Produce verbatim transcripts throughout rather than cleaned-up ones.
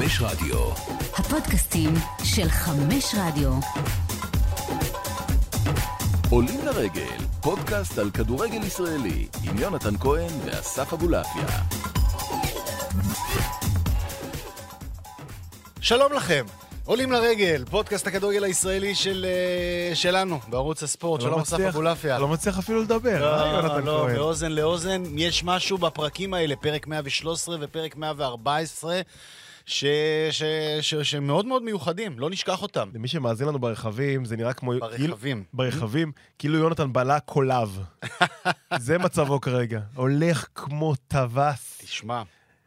חמש רדיו. הפודקאסטים של חמש רדיו. עולים לרגל, פודקאסט על כדורגל ישראלי, עם יונתן כהן ואסף אבולעפיה. שלום לכם, עולים לרגל, פודקאסט הכדורגל הישראלי של, שלנו, בערוץ הספורט. שלום אסף אבולעפיה. לא מצליח אפילו לדבר. לא, לא, מאוזן לאוזן. יש משהו בפרקים האלה, פרק מאה ושלוש עשרה ופרק מאה וארבע עשרה, ש... ש... ש... שמאוד מאוד מיוחדים, לא נשכח אותם. למי שמאזין לנו ברכבים, זה נראה כמו... ברכבים. ברכבים, כאילו יונתן בלה קולב. זה מצבו כרגע. הולך כמו טווס. תשמע.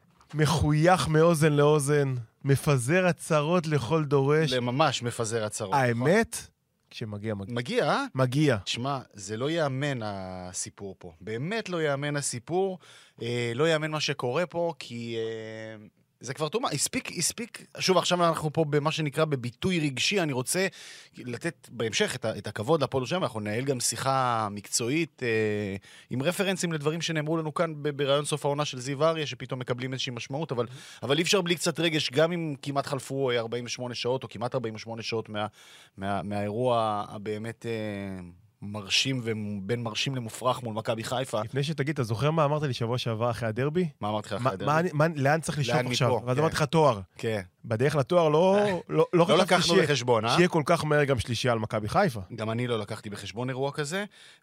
מחוייך מאוזן לאוזן, מפזר הצהרות לכל דורש. ממש מפזר הצהרות. האמת, כשמגיע, מגיע. מגיע, אה? מגיע. תשמע, זה לא יאמן הסיפור פה. באמת לא יאמן הסיפור. אה, לא יאמן מה שקורה פה, כי... אה... זה כבר תומה, הספיק, הספיק, שוב עכשיו אנחנו פה במה שנקרא בביטוי רגשי, אני רוצה לתת בהמשך את, את הכבוד לפועל ירושלים, אנחנו ננהל גם שיחה מקצועית אה, עם רפרנסים לדברים שנאמרו לנו כאן ברעיון סוף העונה של זיו אריה, שפתאום מקבלים איזושהי משמעות, אבל, אבל אי אפשר בלי קצת רגש, גם אם כמעט חלפו ארבעים ושמונה שעות, או כמעט ארבעים ושמונה שעות מה, מה, מהאירוע הבאמת... אה, מרשים ובין מרשים למופרח מול מכבי חיפה. לפני שתגיד, אתה זוכר מה אמרת לי שבוע שעבר אחרי הדרבי? מה אמרתי לך אחרי הדרבי? לאן צריך לשאוף עכשיו? ואז אמרתי לך תואר. כן. בדרך לתואר לא לקחנו בחשבון, אה? שיהיה כל כך מהר גם שלישייה על מכבי חיפה. גם אני לא לקחתי בחשבון אירוע כזה,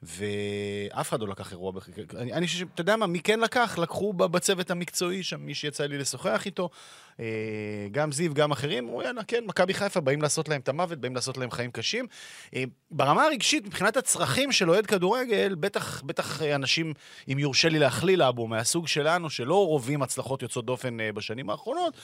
ואף אחד לא לקח אירוע בחשבון. אני חושב, אתה יודע מה, מי כן לקח? לקחו בצוות המקצועי, שם מי שיצא לי לשוחח איתו, גם זיו, גם אחרים, הוא יאללה, כן, מכבי חיפה באים לעשות להם את המוות, באים לעשות להם חיים קשים. ברמה הרגשית, מבחינת הצרכים של אוהד כדורגל, בטח, בטח אנשים, אם יורשה לי להכליל אבו, מהסוג שלנו, שלא רובים הצלחות יוצאות דופן בשנים האחרונות,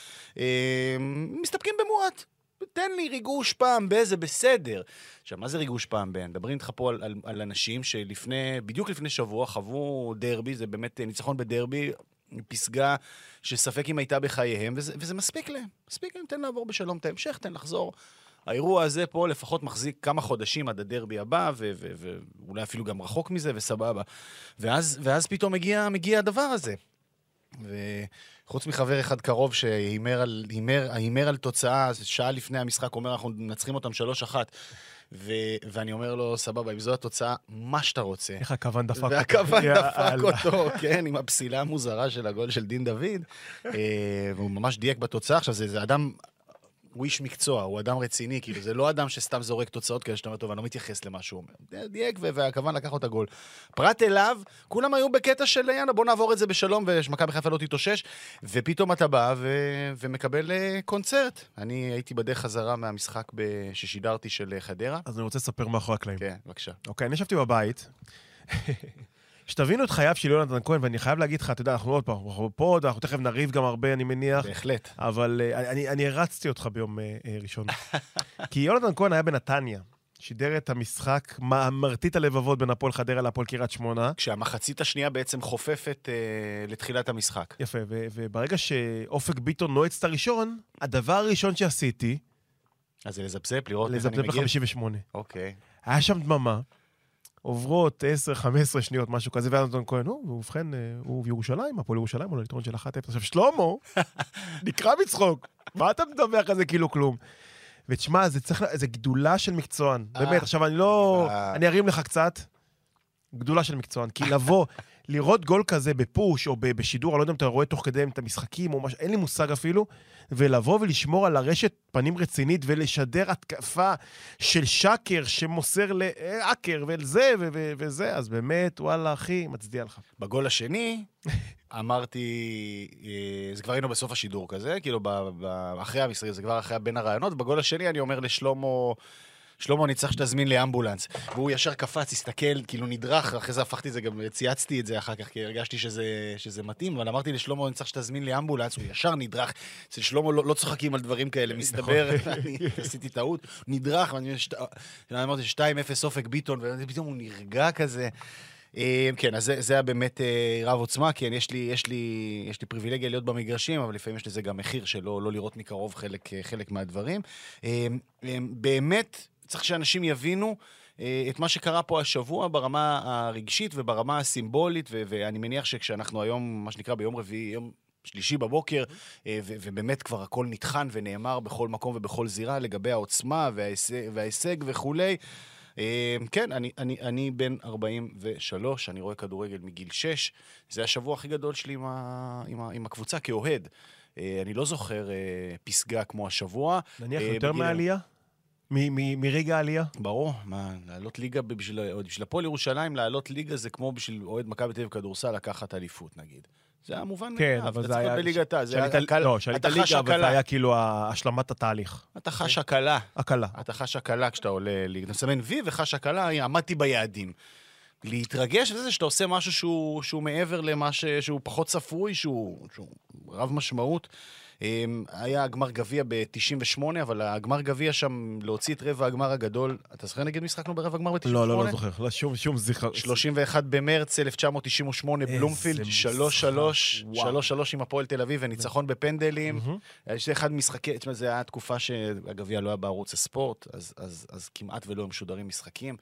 מסתפקים במועט. תן לי ריגוש פעם באיזה בסדר. עכשיו, מה זה ריגוש פעם בין? מדברים איתך פה על, על, על אנשים שלפני, בדיוק לפני שבוע, חוו דרבי, זה באמת ניצחון בדרבי, פסגה שספק אם הייתה בחייהם, וזה, וזה מספיק להם. מספיק להם, תן לעבור בשלום את ההמשך, תן לחזור. האירוע הזה פה לפחות מחזיק כמה חודשים עד הדרבי הבא, ו- ו- ו- ואולי אפילו גם רחוק מזה, וסבבה. ואז, ואז פתאום מגיע, מגיע הדבר הזה. וחוץ מחבר אחד קרוב שהימר על, הימר, הימר על תוצאה, שעה לפני המשחק אומר, אנחנו מנצחים אותם שלוש אחת, ו, ואני אומר לו, סבבה, אם זו התוצאה, מה שאתה רוצה. איך הכוון דפק אותו. והכוון דפק אותו, כן, עם הפסילה המוזרה של הגול של דין דוד, והוא ממש דייק בתוצאה. עכשיו, זה, זה אדם... הוא איש מקצוע, הוא אדם רציני, כאילו, זה לא אדם שסתם זורק תוצאות כאלה, שאתה אומר, טוב, אני לא מתייחס למה שהוא אומר. דייק, והכוון לקח את הגול. פרט אליו, כולם היו בקטע של, יאללה, בוא נעבור את זה בשלום, ושמכבי חיפה לא תתאושש, ופתאום אתה בא ו- ומקבל קונצרט. אני הייתי בדרך חזרה מהמשחק ששידרתי של חדרה. אז אני רוצה לספר מאחורי הקלעים. כן, בבקשה. אוקיי, אני ישבתי בבית, שתבינו את חייו של יונתן כהן, ואני חייב להגיד לך, אתה יודע, אנחנו עוד פעם, אנחנו פה, אנחנו תכף נריב גם הרבה, אני מניח. בהחלט. אבל אני, אני הרצתי אותך ביום ראשון. כי יונתן כהן היה בנתניה, שידר את המשחק, מרטיט הלבבות בין הפועל חדרה להפועל קריית שמונה. כשהמחצית השנייה בעצם חופפת אה, לתחילת המשחק. יפה, ו- וברגע שאופק ביטון נועץ את הראשון, הדבר הראשון שעשיתי... אז זה לזפזפ, לראות איך אני לזפזפ מגיע? ב-חמישים ושמונה. אוקיי. היה שם דממה. עוברות עשר חמש עשרה שניות, משהו כזה, ויונתן כהן, הוא, ובכן, הוא בירושלים, הפועל ירושלים, הוא ליתרון של אחת אפס. עכשיו, שלמה, נקרא מצחוק, מה אתה מדבר כזה כאילו כלום? ותשמע, זה צריך, זה גדולה של מקצוען, באמת, עכשיו אני לא, אני ארים לך קצת, גדולה של מקצוען, כי לבוא, לראות גול כזה בפוש, או בשידור, אני לא יודע אם אתה רואה תוך כדי את המשחקים, או משהו, אין לי מושג אפילו, ולבוא ולשמור על הרשת פנים רצינית, ולשדר התקפה של שקר, שמוסר לאקר, ולזה, וזה, אז באמת, וואלה, אחי, מצדיע לך. בגול השני, אמרתי, זה כבר היינו בסוף השידור כזה, כאילו, אחרי המשחק, זה כבר אחרי בין הרעיונות, בגול השני אני אומר לשלמה, שלמה, אני צריך שתזמין לי אמבולנס. והוא ישר קפץ, הסתכל, כאילו נדרך, אחרי זה הפכתי את זה, גם צייצתי את זה אחר כך, כי הרגשתי שזה, שזה מתאים, אבל אמרתי לשלמה, אני צריך שתזמין לי אמבולנס, הוא ישר נדרך. אצל שלמה לא, לא צוחקים על דברים כאלה, מסתבר, אני עשיתי טעות, נדרך, ואני אמרתי שתיים אפס אופק ביטון, ופתאום הוא נרגע כזה. כן, אז זה, זה היה באמת רב עוצמה, כי יש לי, יש לי, יש לי פריבילגיה להיות במגרשים, אבל לפעמים יש לזה גם מחיר שלא, לא לראות מקרוב חלק, חלק מהדברים. באמת, צריך שאנשים יבינו את מה שקרה פה השבוע ברמה הרגשית וברמה הסימבולית, ו- ואני מניח שכשאנחנו היום, מה שנקרא ביום רביעי, יום שלישי בבוקר, ו- ובאמת כבר הכל נתחן ונאמר בכל מקום ובכל זירה לגבי העוצמה וההישג, וההישג וכולי. כן, אני, אני, אני בן ארבעים ושלוש, אני רואה כדורגל מגיל שש, זה השבוע הכי גדול שלי עם, ה, עם, ה, עם הקבוצה כאוהד. אני לא זוכר פסגה כמו השבוע. נניח יותר מהעלייה? מרגע העלייה? ברור, מה, לעלות ליגה בשביל, בשביל הפועל ירושלים, לעלות ליגה זה כמו בשביל אוהד מכבי תל אביב כדורסל לקחת אליפות, נגיד. זה היה מובן כן, מאליו, אבל אתה זה צריך היה... להיות בליגתה, זה היה... לא, שעלית ליגה, אבל זה היה כאילו השלמת התהליך. אתה חש הקלה. הקלה. אתה חש הקלה כשאתה עולה ליגה. אתה מסמן וי וחש הקלה, עמדתי ביעדים. להתרגש וזה שאתה עושה משהו שהוא, שהוא מעבר למה ש... שהוא פחות צפוי, שהוא, שהוא רב משמעות. היה הגמר גביע ב-תשעים ושמונה, אבל הגמר גביע שם, להוציא את רבע הגמר הגדול, אתה זוכר נגיד משחקנו ברבע הגמר ב-תשעים ושמונה? לא, לא, לא זוכר, לא, שום, שום זכר. שלושים ואחד במרץ אלף תשע מאות תשעים ושמונה, בלומפילד, שלוש שלוש, שלוש שלוש עם הפועל תל אביב, וניצחון בפנדלים. יש אחד משחקי, זה היה תקופה שהגביע לא היה בערוץ הספורט, אז, אז, אז כמעט ולא משודרים משחקים,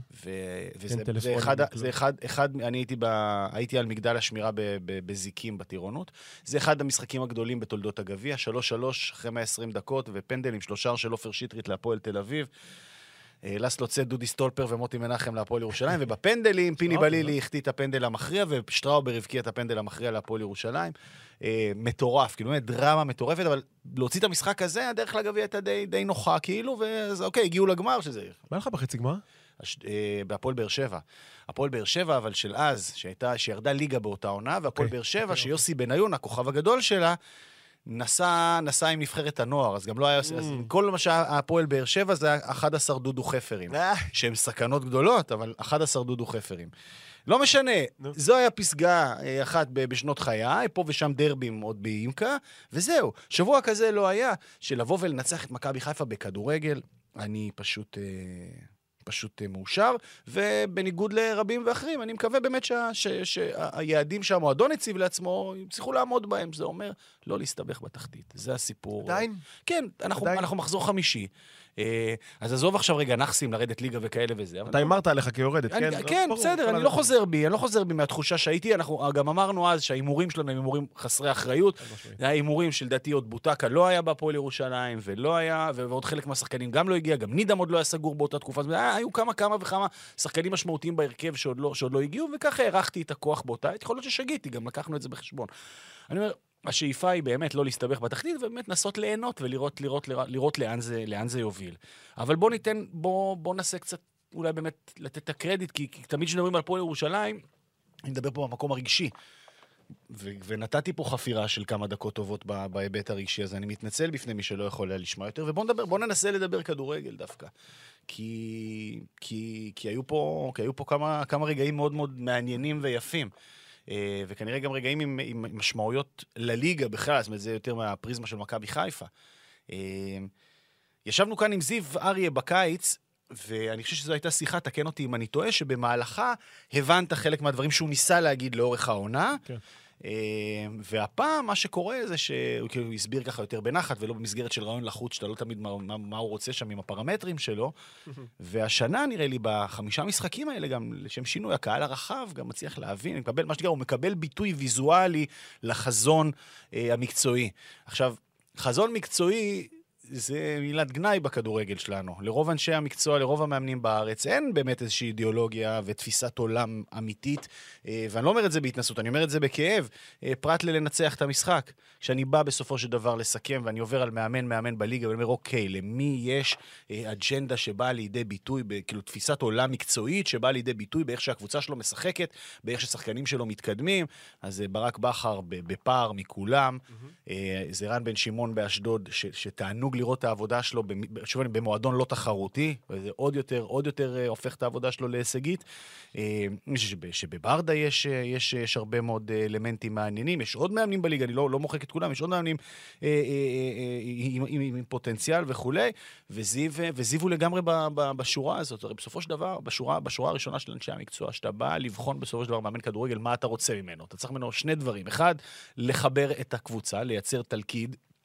וזה אחד, זה אחד, אחד, אני הייתי, ב, הייתי על מגדל השמירה בזיקים בטירונות, זה אחד המשחקים הגדולים בתולדות הגביע, שלוש שלוש אחרי מאה ועשרים דקות, ופנדל עם שלושה של עופר שטרית להפועל תל אביב. לס לוצא דודי סטולפר ומוטי מנחם להפועל ירושלים, ובפנדלים פיני בלילי החטיא את הפנדל המכריע, ושטראובר הבקיע את הפנדל המכריע להפועל ירושלים. מטורף, כאילו, דרמה מטורפת, אבל להוציא את המשחק הזה, הדרך לגביע הייתה די, די נוחה, כאילו, ואז אוקיי, הגיעו לגמר שזה... מה לך בחצי גמר? בהפועל באר שבע. הפועל באר שבע, אבל של אז, שהייתה, שירדה ליגה באותה עונה, והפועל באר שבע, שיוסי בניון, הכוכב הגדול שלה, נסע, נסע עם נבחרת הנוער, אז גם לא היה... אז כל מה שהפועל באר שבע זה אחד עשר דודו חפרים, שהם סכנות גדולות, אבל אחד עשר דודו חפרים. לא משנה, זו היה פסגה אחת בשנות חיי, פה ושם דרבים עוד באימקה, וזהו. שבוע כזה לא היה, שלבוא ולנצח את מכבי חיפה בכדורגל, אני פשוט... פשוט מאושר, ובניגוד לרבים ואחרים, אני מקווה באמת שה, ש, שהיעדים שהמועדון הציב לעצמו, יצליחו לעמוד בהם, זה אומר לא להסתבך בתחתית. זה הסיפור. עדיין? כן, אנחנו, אנחנו מחזור חמישי. אז עזוב עכשיו רגע נחסים לרדת ליגה וכאלה וזה. אתה אמרת עליך כיורדת, כן? כן, בסדר, אני לא חוזר בי, אני לא חוזר בי מהתחושה שהייתי, אנחנו גם אמרנו אז שהאימורים שלנו הם אימורים חסרי אחריות, זה היה אימורים שלדעתי עוד בוטקה לא היה בהפועל ירושלים, ולא היה, ועוד חלק מהשחקנים גם לא הגיע, גם נידם עוד לא היה סגור באותה תקופה, היו כמה כמה וכמה שחקנים משמעותיים בהרכב שעוד לא, שעוד לא הגיעו, וככה הערכתי את הכוח באותה, יכול להיות ששגיתי, גם לקחנו את זה בחשבון. אני אומר, השאיפה היא באמת לא להסתבך בתחתית, ובאמת נסות ליהנות ולראות לראות, לראות, לראות לאן זה, לאן זה יוביל. אבל בוא ניתן, בוא, בוא נעשה קצת, אולי באמת לתת את הקרדיט, כי, כי תמיד כשנדברים על הפועל ירושלים, אני מדבר פה במקום הרגשי, ו- ונתתי פה חפירה של כמה דקות טובות בהיבט הרגשי, אז אני מתנצל בפני מי שלא יכול לשמוע יותר, ובוא נדבר, בוא ננסה לדבר כדורגל דווקא. כי, כי, כי היו פה, כי היו פה כמה, כמה רגעים מאוד מאוד מעניינים ויפים. וכנראה גם רגעים עם, עם משמעויות לליגה בכלל, זאת אומרת, זה יותר מהפריזמה של מכבי חיפה. ישבנו כאן עם זיו אריה בקיץ, ואני חושב שזו הייתה שיחה, תקן אותי אם אני טועה, שבמהלכה הבנת חלק מהדברים שהוא ניסה להגיד לאורך העונה, כן. והפעם מה שקורה זה שהוא הסביר ככה יותר בנחת, ולא במסגרת של רעיון לחוץ, שאתה לא תמיד מה, מה, מה הוא רוצה שם עם הפרמטרים שלו, והשנה נראה לי בחמישה משחקים האלה, גם לשם שינוי הקהל הרחב, גם מצליח להבין, מקבל, מה שתקרא, הוא מקבל ביטוי ויזואלי לחזון אה, המקצועי. עכשיו, חזון מקצועי, זה מילת גנאי בכדורגל שלנו. לרוב אנשי המקצוע, לרוב המאמנים בארץ, אין באמת איזושהי אידיאולוגיה ותפיסת עולם אמיתית, ואני לא אומר את זה בהתנסות, אני אומר את זה בכאב, פרט ללנצח את המשחק. כשאני בא בסופו של דבר לסכם, ואני עובר על מאמן, מאמן בליגה, ואני אומר, אוקיי, למי יש אג'נדה שבאה לידי ביטוי, כאילו תפיסת עולם מקצועית שבאה לידי ביטוי באיך שהקבוצה שלו משחקת, באיך ששחקנים שלו מתקדמים, אז ברק בכר בפער מכולם, זה רן בן שמעון באשדוד, שתענוג לראות את העבודה שלו שוב, במועדון לא תחרותי, וזה עוד יותר, עוד יותר הופך את העבודה שלו להישגית. שבברדה יש, יש, יש הרבה מאוד אלמנטים מעניינים, יש עוד מאמנים בליגה, אני לא, לא מוחק את כולם, יש עוד מאמנים עם, עם, עם פוטנציאל וכו', וזיו, וזיו הוא לגמרי בשורה הזאת. הרי בסופו של דבר, בשורה, בשורה הראשונה של אנשי המקצוע, שאתה בא לבחון בסופו של דבר מאמן כדורגל, מה אתה רוצה ממנו? אתה צריך ממנו שני דברים. אחד, לחבר את הקבוצה, לייצר תלכיד,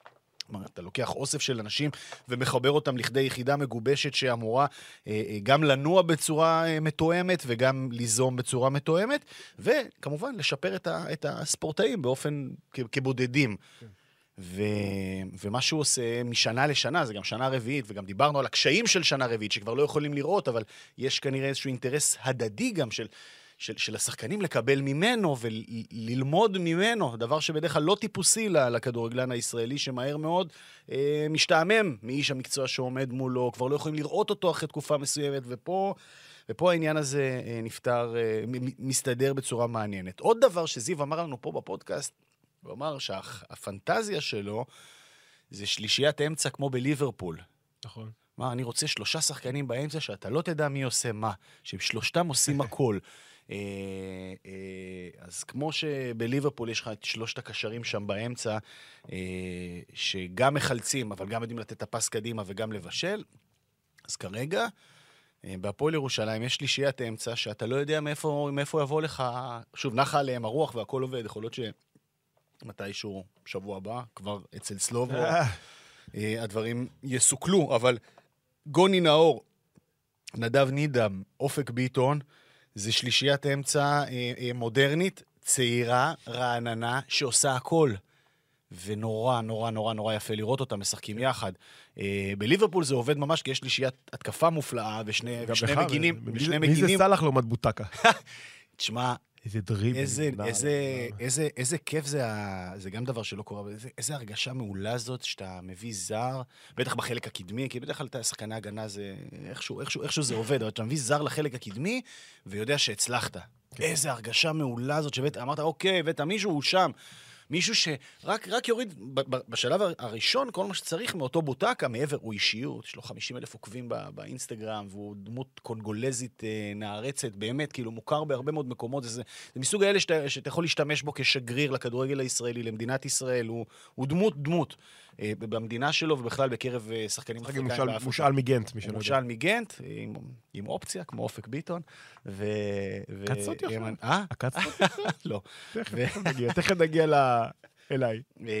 אתה לוקח אוסף של אנשים ומחבר אותם לכדי יחידה מגובשת שאמורה גם לנוע בצורה מתואמת וגם ליזום בצורה מתואמת, וכמובן לשפר את הספורטאים באופן כבודדים. ו... ומה שהוא עושה משנה לשנה, זה גם שנה רביעית, וגם דיברנו על הקשיים של שנה רביעית, שכבר לא יכולים לראות, אבל יש כנראה איזשהו אינטרס הדדי גם של, של, של השחקנים לקבל ממנו וללמוד ממנו, דבר שבדרך כלל לא טיפוסי לכדורגלן הישראלי, שמהר מאוד אה, משתעמם מאיש המקצוע שעומד מולו, כבר לא יכולים לראות אותו אחרי תקופה מסוימת, ופה, ופה העניין הזה אה, נפטר, אה, מסתדר בצורה מעניינת. עוד דבר שזיו אמר לנו פה בפודקאסט, הוא אמר שהפנטזיה שלו זה שלישיית אמצע כמו בליברפול. נכון. מה, אני רוצה שלושה שחקנים באמצע שאתה לא תדע מי עושה מה, ששלושתם עושים הכל. אז כמו שבליברפול יש לך את שלושת הקשרים שם באמצע, שגם מחלצים, אבל גם יודעים לתת את הפס קדימה וגם לבשל, אז כרגע, בהפועל ירושלים יש שלישיית אמצע שאתה לא יודע מאיפה, מאיפה יבוא לך, שוב, נחה עליהם הרוח והכל עובד, יכול להיות ש... מתישהו שבוע הבא, כבר אצל סלובו, הדברים יסוכלו, אבל גוני נאור, נדב נידם, אופק ביטון, זה שלישיית אמצע מודרנית, צעירה, רעננה, שעושה הכל. ונורא, נורא, נורא, נורא יפה לראות אותם, משחקים יחד. בליברפול זה עובד ממש, כי יש שלישיית התקפה מופלאה, ושני מגינים. מי זה סלח לעומת בוטקה? תשמע, איזה דריבל. איזה, איזה, איזה, איזה כיף זה, זה גם דבר שלא קורה, איזה, איזה הרגשה מעולה זאת שאתה מביא זר, בטח בחלק הקדמי, כי בדרך כלל אתה שחקני הגנה, זה איכשהו, איכשהו, איכשהו זה עובד, אבל אתה מביא זר לחלק הקדמי, ויודע שהצלחת. כן. איזה הרגשה מעולה זאת שבאת, אמרת, אוקיי, הבאת מישהו, הוא שם. מישהו שרק רק יוריד, בשלב הראשון, כל מה שצריך מאותו בוטקה, מעבר, הוא אישיות, יש לו חמישים אלף עוקבים באינסטגרם, והוא דמות קונגולזית נערצת, באמת, כאילו מוכר בהרבה מאוד מקומות, זה, זה מסוג האלה שאתה, שאתה יכול להשתמש בו כשגריר לכדורגל הישראלי, למדינת ישראל, הוא, הוא דמות, דמות, במדינה שלו, ובכלל בקרב שחקנים אפריקאים באפריקה. מושאל מגנט, מי שלא יודע. מושאל מגנט, עם, עם אופציה, כמו אופק ביטון, ו... קצות יחד? אה? הקצות? לא. תכף נגיע, תכף נגיע אליי.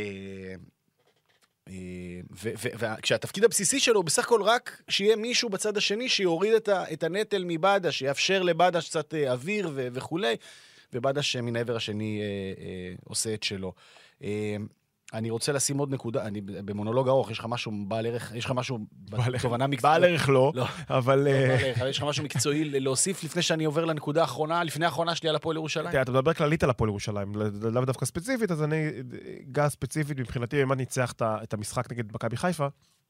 וכשהתפקיד הבסיסי שלו הוא בסך הכל רק שיהיה מישהו בצד השני שיוריד את הנטל מבאדה, שיאפשר לבאדה קצת אוויר וכו', ובאדה שמן העבר השני עושה את שלו. אני רוצה לשים עוד נקודה, אני במונולוג ארוך, יש לך משהו בעל ערך, יש לך משהו בתובנה מקצועית. בעל ערך לא, אבל... יש לך משהו מקצועי להוסיף לפני שאני עובר לנקודה האחרונה, לפני האחרונה שלי על הפועל ירושלים. אתה מדבר כללית על הפועל ירושלים, לאו דווקא ספציפית, אז אני אגע ספציפית מבחינתי, אם אני ניצח את המשחק נגד מכבי חיפה,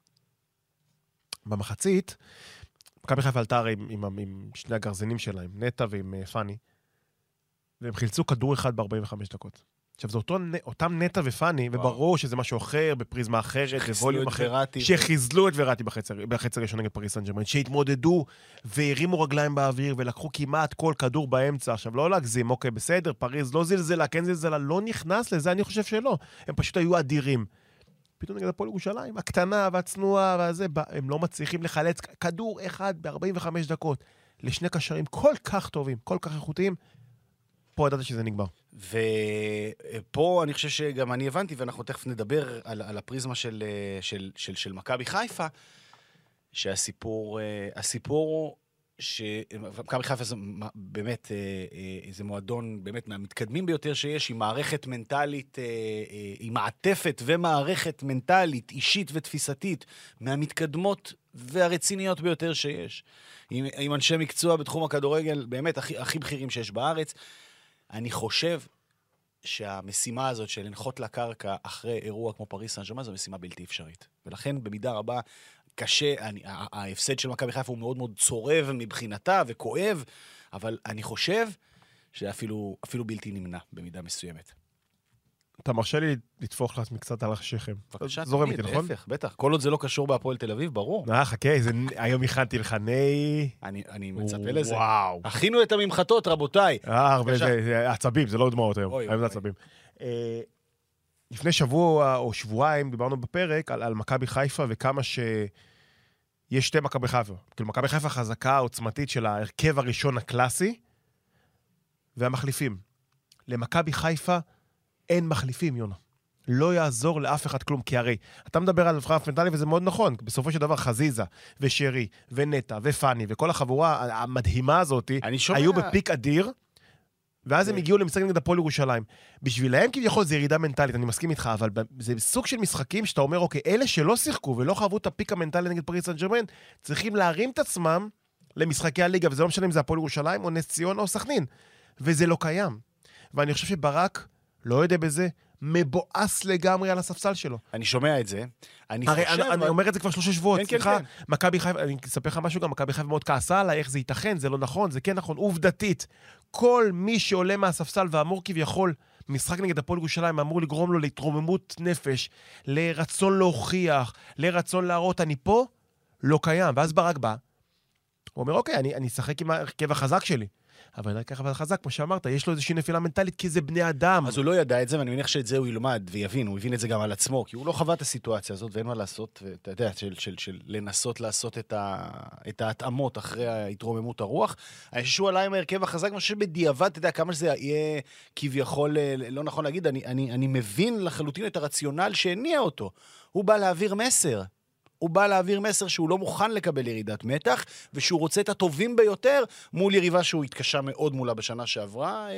במחצית, מכבי חיפה עלתה הרי עם שני הגרזינים שלהם, נטע ועם פני, והם חילצו כדור אחד ב-ארבעים וחמש דקות. עכשיו, זה אותו, אותם נטע ופני, וברור שזה משהו אחר, בפריזמה אחרת, בווליום אחר, שחיזלו את וראטי בחצי הראשון נגד פריס סן ז'רמן, שהתמודדו והרימו רגליים באוויר, ולקחו כמעט כל כדור באמצע. עכשיו, לא להגזים, אוקיי, בסדר, פריז לא זלזלה, כן זלזלה, לא נכנס לזה, אני חושב שלא. הם פשוט היו אדירים. פתאום נגד הפועל ירושלים, הקטנה והצנועה והזה, הם לא מצליחים לחלץ כדור אחד ב-ארבעים וחמש דקות, לשני קשרים כל כך טובים, כל כך איכותיים, פה ידעת שזה נגמר. ופה אני חושב שגם אני הבנתי, ואנחנו תכף נדבר על, על הפריזמה של, של, של, של מכבי חיפה, שהסיפור, הסיפור שמכבי חיפה זה באמת, זה מועדון באמת מהמתקדמים ביותר שיש, עם מערכת מנטלית, עם מעטפת ומערכת מנטלית, אישית ותפיסתית, מהמתקדמות והרציניות ביותר שיש. עם, עם אנשי מקצוע בתחום הכדורגל, באמת הכי, הכי בכירים שיש בארץ. אני חושב שהמשימה הזאת של לנחות לקרקע אחרי אירוע כמו פריס סן ז'רמן, זו משימה בלתי אפשרית. ולכן במידה רבה קשה, אני, ההפסד של מכבי חיפה הוא מאוד מאוד צורב מבחינתה וכואב, אבל אני חושב שאפילו אפילו בלתי נמנע במידה מסוימת. אתה מרשה לי לתפוך לעצמי קצת על השכם. בבקשה, זורם איתי, נכון? להפך, בטח. כל עוד זה לא קשור בהפועל תל אביב, ברור. אה, חכה, היום הכנתי לך ני... אני מצפה לזה. וואו. הכינו את הממחטות, רבותיי. אה, הרבה, זה עצבים, זה לא דמעות היום. היום זה עצבים. לפני שבוע או שבועיים דיברנו בפרק על מכבי חיפה וכמה ש... יש שתי מכבי חיפה. כאילו, מכבי חיפה חזקה, עוצמתית של ההרכב הראשון הקלאסי, והמחליפים. למכבי חיפה אין מחליפים, יונה. לא יעזור לאף אחד כלום, כי הרי אתה מדבר על הבחנה פרונטלית וזה מאוד נכון, בסופו של דבר חזיזה ושרי ונטע ופני וכל החבורה המדהימה הזאת היו בפיק אדיר, ואז הם הגיעו למשחק נגד הפועל ירושלים. בשבילהם כביכול זה ירידה מנטלית, אני מסכים איתך, אבל זה סוג של משחקים שאתה אומר, אוקיי, אלה שלא שיחקו ולא חוו את הפיק המנטלי נגד פריז סן ז'רמן, צריכים להרים את עצמם למשחקי הליגה, וזה לא משנה אם זה הפועל ירושלים או נס ציונה או סכנין, וזה לא קיים. ואני חושב שברק לא יודע בזה, מבואס לגמרי על הספסל שלו. אני שומע את זה. אני הרי חושב... אני, אני אומר את זה כבר שלושה שבועות, כן, סליחה. כן, כן. מכבי חיפה, אני אספר לך משהו גם, מכבי חיפה מאוד כעסה עליי, איך זה ייתכן, זה לא נכון, זה כן נכון, עובדתית. כל מי שעולה מהספסל ואמור כביכול, משחק נגד הפועל ירושלים, אמור לגרום לו להתרוממות נפש, לרצון להוכיח, לרצון להראות, אני פה, לא קיים. ואז ברק בא, הוא אומר, אוקיי, אני, אני אשחק עם הרכב החזק שלי. אבל אני ככה חזק, כמו שאמרת, יש לו איזושהי נפילה מנטלית, כי זה בני אדם. אז הוא לא ידע את זה, ואני מניח שאת זה הוא ילמד ויבין, הוא הבין את זה גם על עצמו, כי הוא לא חווה את הסיטואציה הזאת, ואין מה לעשות, ואתה יודע, של, של, של לנסות לעשות את, ה, את ההתאמות אחרי ההתרוממות הרוח. אני חושב שהוא עלה עם ההרכב החזק, אני חושב שבדיעבד, אתה יודע, כמה שזה יהיה כביכול, לא נכון להגיד, אני, אני, אני מבין לחלוטין את הרציונל שהניע אותו. הוא בא להעביר מסר. הוא בא להעביר מסר שהוא לא מוכן לקבל ירידת מתח, ושהוא רוצה את הטובים ביותר מול יריבה שהוא התקשה מאוד מולה בשנה שעברה, אה,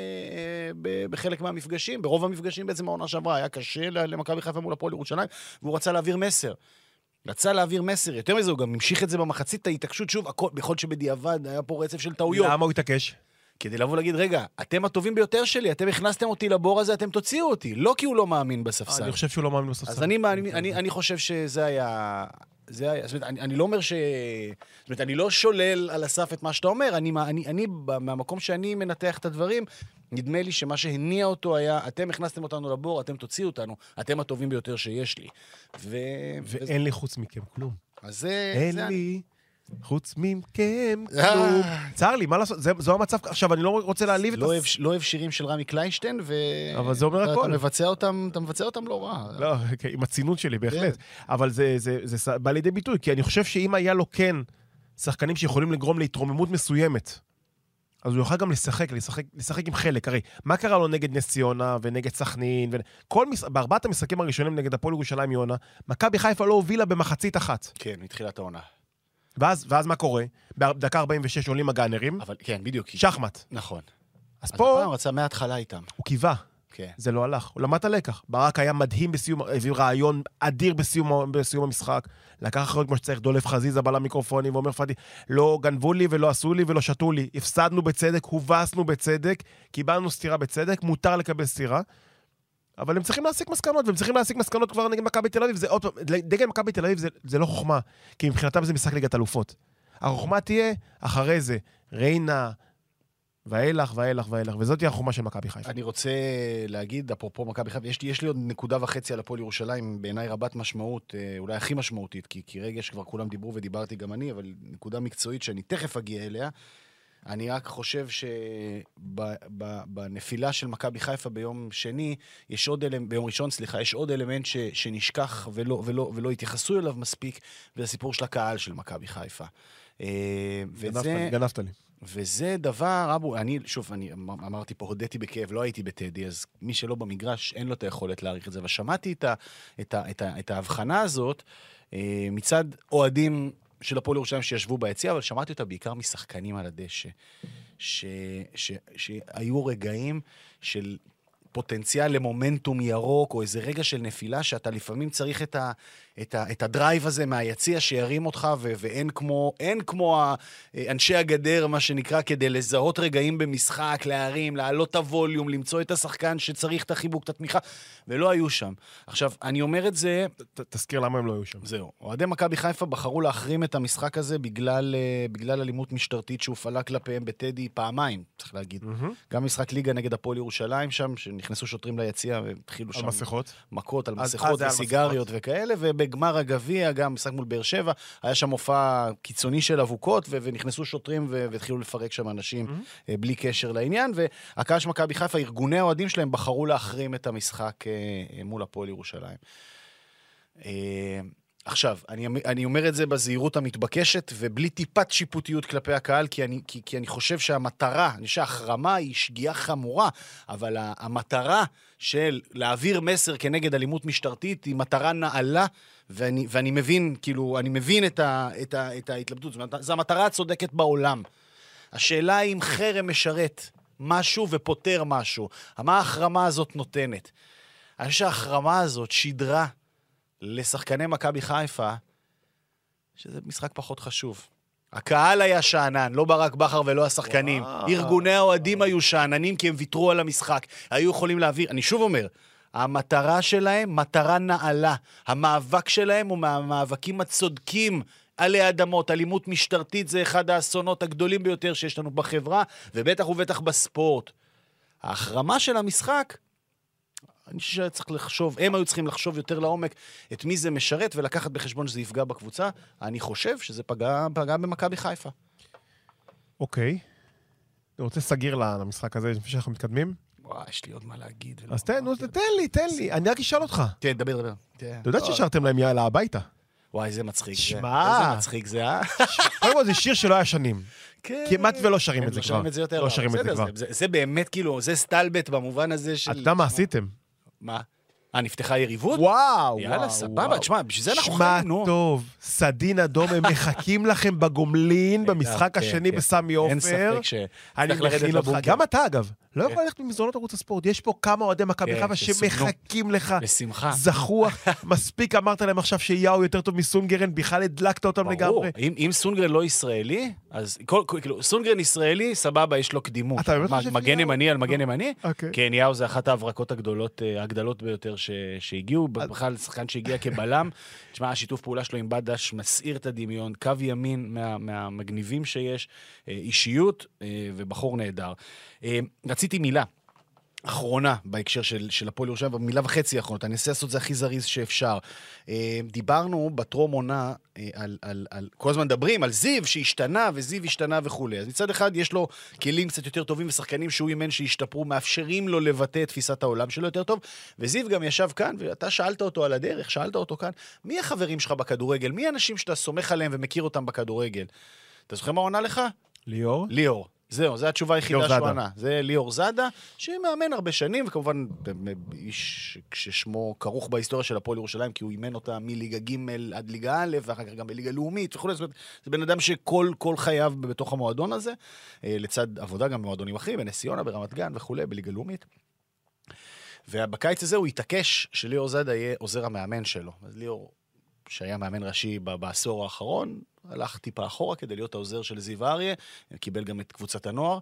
אה, בחלק מהמפגשים, ברוב המפגשים בעצם העונה שעברה, היה קשה למכבי חיפה מול הפועל ירושלים, והוא רצה להעביר מסר. רצה להעביר מסר, יותר מזה, הוא גם המשיך את זה במחצית, ההתעקשות שוב, הכל, בכל שבדיעבד היה פה רצף של טעויות. למה הוא התעקש? כדי לבוא להגיד, רגע, אתם הטובים ביותר שלי, אתם הכנסתם אותי לבור הזה, אתם תוציאו אותי. לא כי הוא לא מאמין בספסל. אני חושב שהוא לא מאמין בספסל. אז אני, אני, אני, אני חושב שזה היה... זה היה... זאת אומרת, אני, אני לא אומר ש... זאת אומרת, אני לא שולל על הסף את מה שאתה אומר. אני, אני, אני, מהמקום שאני מנתח את הדברים, נדמה לי שמה שהניע אותו היה, אתם הכנסתם אותנו לבור, אתם תוציאו אותנו, אתם הטובים ביותר שיש לי. ו... ואין לי חוץ מכם כלום. אז זה... אין זה לי... חוץ מכם כלום. צר לי, מה לעשות? זו המצב, עכשיו אני לא רוצה להעליב את... לא אוהב שירים של רמי קליינשטיין, אבל זה אומר הכל. אתה מבצע אותם, אתה מבצע אותם לא רע. לא, עם הצינון שלי, בהחלט. אבל זה בא לידי ביטוי, כי אני חושב שאם היה לו כן שחקנים שיכולים לגרום להתרוממות מסוימת, אז הוא יוכל גם לשחק, לשחק עם חלק. הרי, מה קרה לו נגד נס ציונה ונגד סכנין? בארבעת המשחקים הראשונים נגד הפועל ירושלים יונה, מכבי חיפה לא הובילה במחצית אחת. כן, מתחילת העונה. ואז, ואז מה קורה? בדקה ארבעים ושש עולים הגאנרים. אבל כן, בדיוק. שחמט. נכון. אז, אז פה... פה... הוא רצה מההתחלה איתם. הוא קיווה. כן. זה לא הלך. הוא למד את הלקח. ברק היה מדהים בסיום, הביא רעיון אדיר בסיום, בסיום המשחק. לקח אחריות כמו שצריך, דולף חזיזה בא למיקרופונים ואומר פאדי, לא גנבו לי ולא עשו לי ולא שתו לי. הפסדנו בצדק, הובסנו בצדק, קיבלנו סתירה בצדק, מותר לקבל סתירה. אבל הם צריכים להסיק מסקנות, והם צריכים להסיק מסקנות כבר נגד מכבי תל אביב. זה עוד פעם, נגד מכבי תל אביב זה, זה לא חוכמה, כי מבחינתם זה משחק ליגת אלופות. החוכמה תהיה אחרי זה, ריינה, ואילך, ואילך, ואילך, וזאת היא החוכמה של מכבי חיפה. אני רוצה להגיד, אפרופו מכבי חיפה, יש לי, יש לי עוד נקודה וחצי על הפועל ירושלים, בעיניי רבת משמעות, אולי הכי משמעותית, כי, כי רגש כבר כולם דיברו ודיברתי גם אני, אבל נקודה מקצועית שאני תכף אגיע אליה, אני רק חושב שבנפילה של מכבי חיפה ביום שני, יש עוד אלמנט, ביום ראשון, סליחה, יש עוד אלמנט ש, שנשכח ולא, ולא, ולא התייחסו אליו מספיק, וזה הסיפור של הקהל של מכבי חיפה. וזה, גנבת לי. וזה דבר, אבו, אני, שוב, אני אמרתי פה, הודיתי בכאב, לא הייתי בטדי, אז מי שלא במגרש, אין לו את היכולת להעריך את זה, ושמעתי את, ה, את, ה, את, ה, את ההבחנה הזאת, מצד אוהדים של הפועל ירושלים שישבו ביציע, אבל שמעתי אותה בעיקר משחקנים על הדשא, ש, ש, שהיו רגעים של פוטנציאל למומנטום ירוק, או איזה רגע של נפילה, שאתה לפעמים צריך את, ה, את, ה, את הדרייב הזה מהיציע שירים אותך, ו, ואין כמו, אין כמו אנשי הגדר, מה שנקרא, כדי לזהות רגעים במשחק, להרים, להעלות את הווליום, למצוא את השחקן שצריך את החיבוק, את התמיכה, ולא היו שם. עכשיו, אני אומר את זה... ת, תזכיר למה הם לא היו שם. זהו. אוהדי מכבי חיפה בחרו להחרים את המשחק הזה בגלל, בגלל אלימות משטרתית שהופעלה כלפיהם בטדי פעמיים, צריך להגיד. Mm-hmm. גם משחק ליגה נגד הפועל ירושלים שם, שנכנסו שוטרים ליציע והתחילו שם... על מסכות. מכות, על מסכות וסיגריות וכאלה, ובגמר הגביע, גם משחק מול באר שבע, היה שם מופע קיצוני של אבוקות, ונכנסו שוטרים והתחילו לפרק שם אנשים mm-hmm. בלי קשר לעניין, והקהל של מכבי חיפה, ארגוני האוהדים שלהם בחרו להחרים את המשחק מול הפועל ירושלים. עכשיו, אני, אני אומר את זה בזהירות המתבקשת, ובלי טיפת שיפוטיות כלפי הקהל, כי אני, כי, כי אני חושב שהמטרה, אני חושב שההחרמה היא שגיאה חמורה, אבל המטרה של להעביר מסר כנגד אלימות משטרתית, היא מטרה נעלה, ואני, ואני מבין, כאילו, אני מבין את, ה, את, ה, את ההתלבטות. זאת אומרת, זו המטרה הצודקת בעולם. השאלה היא אם חרם משרת משהו ופותר משהו. מה ההחרמה הזאת נותנת? אני חושב שההחרמה הזאת שידרה לשחקני מכבי חיפה, שזה משחק פחות חשוב. הקהל היה שענן, לא ברק בכר ולא השחקנים. וואו. ארגוני האוהדים היו שעננים כי הם ויתרו על המשחק. היו יכולים להעביר, אני שוב אומר, המטרה שלהם, מטרה נעלה. המאבק שלהם הוא מהמאבקים הצודקים עלי אדמות. אלימות משטרתית זה אחד האסונות הגדולים ביותר שיש לנו בחברה, ובטח ובטח בספורט. ההחרמה של המשחק, אני חושב שצריך לחשוב, הם היו צריכים לחשוב יותר לעומק את מי זה משרת, ולקחת בחשבון שזה יפגע בקבוצה. אני חושב שזה פגע, פגע במכבי חיפה. אוקיי. אני רוצה סגיר למשחק הזה, לפני שאנחנו מתקדמים. וואי, יש לי עוד מה להגיד. אז תן, נו, תן לי, תן לי. אני רק אשאל אותך. כן, דבר, דבר. אתה יודע ששרתם להם יאללה הביתה? וואי, זה מצחיק. שמע. איזה מצחיק זה, אה? קודם כל, זה שיר שלא היה שנים. כמעט ולא שרים את זה כבר. לא שרים את זה כבר. זה באמת, כאילו, זה סטלבט במובן הזה של... אתה יודע מה עשיתם? מה? אה, נפתחה יריבות? וואו, יאללה, סבבה, תשמע, בשביל זה אנחנו שמע חיים, נו. טוב, סדין אדום, הם מחכים לכם בגומלין, במשחק השני בסמי עופר. אין ספק ש... אני מכין אותך, גם אתה אגב, לא יכול ללכת במזרונות ערוץ הספורט, יש פה כמה אוהדי מכבי חיפה שמחכים לך. בשמחה. זכוח, מספיק אמרת להם עכשיו שיהו יותר טוב מסונגרן, בכלל הדלקת אותם לגמרי. אם סונגרן לא ישראלי, אז כאילו, סונגרן ישראלי, סבבה, יש לו קדימות. מגן ימני על מגן ימני? כן, יהו זה אחת ההברקות הגדולות ביותר שהגיעו, בכלל שחקן שהגיע כבלם. תשמע, השיתוף פעולה שלו עם בדש מסעיר את הדמיון, קו ימין מהמגניבים שיש, אישיות ובחור נהדר. רציתי מילה אחרונה בהקשר של, של הפועל ירושלים, מילה וחצי אחרונות, אני אנסה לעשות את זה הכי זריז שאפשר. דיברנו בטרום עונה, על, על, על, כל הזמן מדברים על זיו שהשתנה, וזיו השתנה וכו'. אז מצד אחד יש לו כלים קצת יותר טובים, ושחקנים שהוא אימן שהשתפרו, מאפשרים לו לבטא את תפיסת העולם שלו יותר טוב, וזיו גם ישב כאן, ואתה שאלת אותו על הדרך, שאלת אותו כאן, מי החברים שלך בכדורגל? מי האנשים שאתה סומך עליהם ומכיר אותם בכדורגל? אתה זוכר מה עונה לך? ליאור? ליאור. זהו, זו התשובה היחידה שהוא ענה. זה ליאור זאדה, שמאמן הרבה שנים, וכמובן איש ששמו כרוך בהיסטוריה של הפועל ירושלים, כי הוא אימן אותה מליגה ג' עד ליגה א', ואחר כך גם בליגה לאומית וכו'. זאת אומרת, זה בן אדם שכל כל חייו בתוך המועדון הזה, לצד עבודה גם במועדונים אחרים, בנס ציונה, ברמת גן וכו', בליגה לאומית. ובקיץ הזה הוא התעקש שליאור זאדה יהיה עוזר המאמן שלו. אז ליאור, שהיה מאמן ראשי בעשור האחרון, הלך טיפה אחורה כדי להיות העוזר של זיו אריה, קיבל גם את קבוצת הנוער,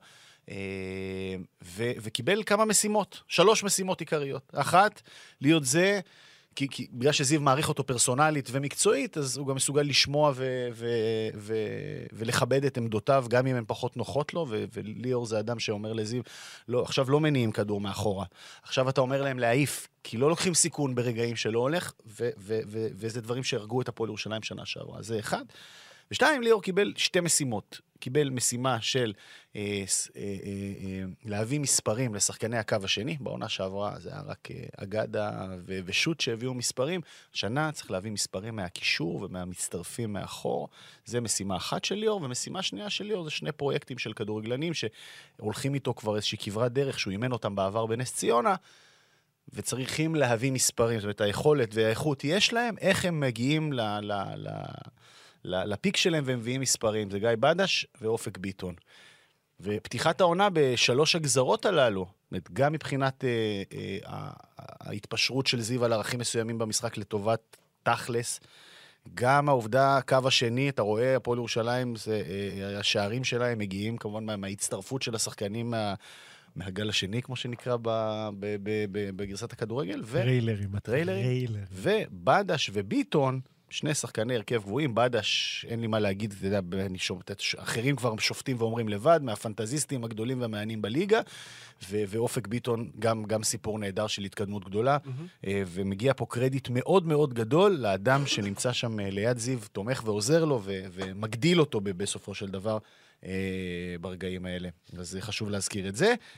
ו- וקיבל כמה משימות, שלוש משימות עיקריות. אחת, להיות זה, כי, כי בגלל שזיו מעריך אותו פרסונלית ומקצועית, אז הוא גם מסוגל לשמוע ו- ו- ו- ולכבד את עמדותיו, גם אם הן פחות נוחות לו, ו- וליאור זה אדם שאומר לזיו, לא, עכשיו לא מניעים כדור מאחורה, עכשיו אתה אומר להם להעיף, כי לא לוקחים סיכון ברגעים שלא הולך, ו- ו- ו- וזה דברים שהרגו את הפועל ירושלים שנה שעברה. זה אחד. ושתיים, ליאור קיבל שתי משימות. קיבל משימה של אה, אה, אה, להביא מספרים לשחקני הקו השני. בעונה שעברה זה היה רק אה, אגדה ו- ושוט שהביאו מספרים. שנה צריך להביא מספרים מהקישור ומהמצטרפים מאחור. זה משימה אחת של ליאור, ומשימה שנייה של ליאור זה שני פרויקטים של כדורגלנים שהולכים איתו כבר איזושהי כברת דרך שהוא אימן אותם בעבר בנס ציונה, וצריכים להביא מספרים. זאת אומרת, היכולת והאיכות יש להם, איך הם מגיעים ל... ל-, ל- לפיק שלהם והם מביאים מספרים. זה גיא בדש ואופק ביטון. ופתיחת העונה בשלוש הגזרות הללו, גם מבחינת אה, אה, ההתפשרות של זיו על ערכים מסוימים במשחק לטובת תכלס, גם העובדה, הקו השני, אתה רואה, הפועל ירושלים, זה, אה, השערים שלהם מגיעים כמובן מה, מההצטרפות של השחקנים מה, מהגל השני, כמו שנקרא ב, ב, ב, ב, בגרסת הכדורגל. ו... טריילרים. טריילרים. ובדש וביטון, שני שחקני הרכב גבוהים, בדש, אין לי מה להגיד, אתה יודע, אני שופט, אחרים כבר שופטים ואומרים לבד, מהפנטזיסטים הגדולים והמעניינים בליגה, ו- ואופק ביטון, גם, גם סיפור נהדר של התקדמות גדולה, mm-hmm. ומגיע פה קרדיט מאוד מאוד גדול לאדם שנמצא שם ליד זיו, תומך ועוזר לו, ו- ומגדיל אותו בסופו של דבר, ברגעים האלה. אז חשוב להזכיר את זה.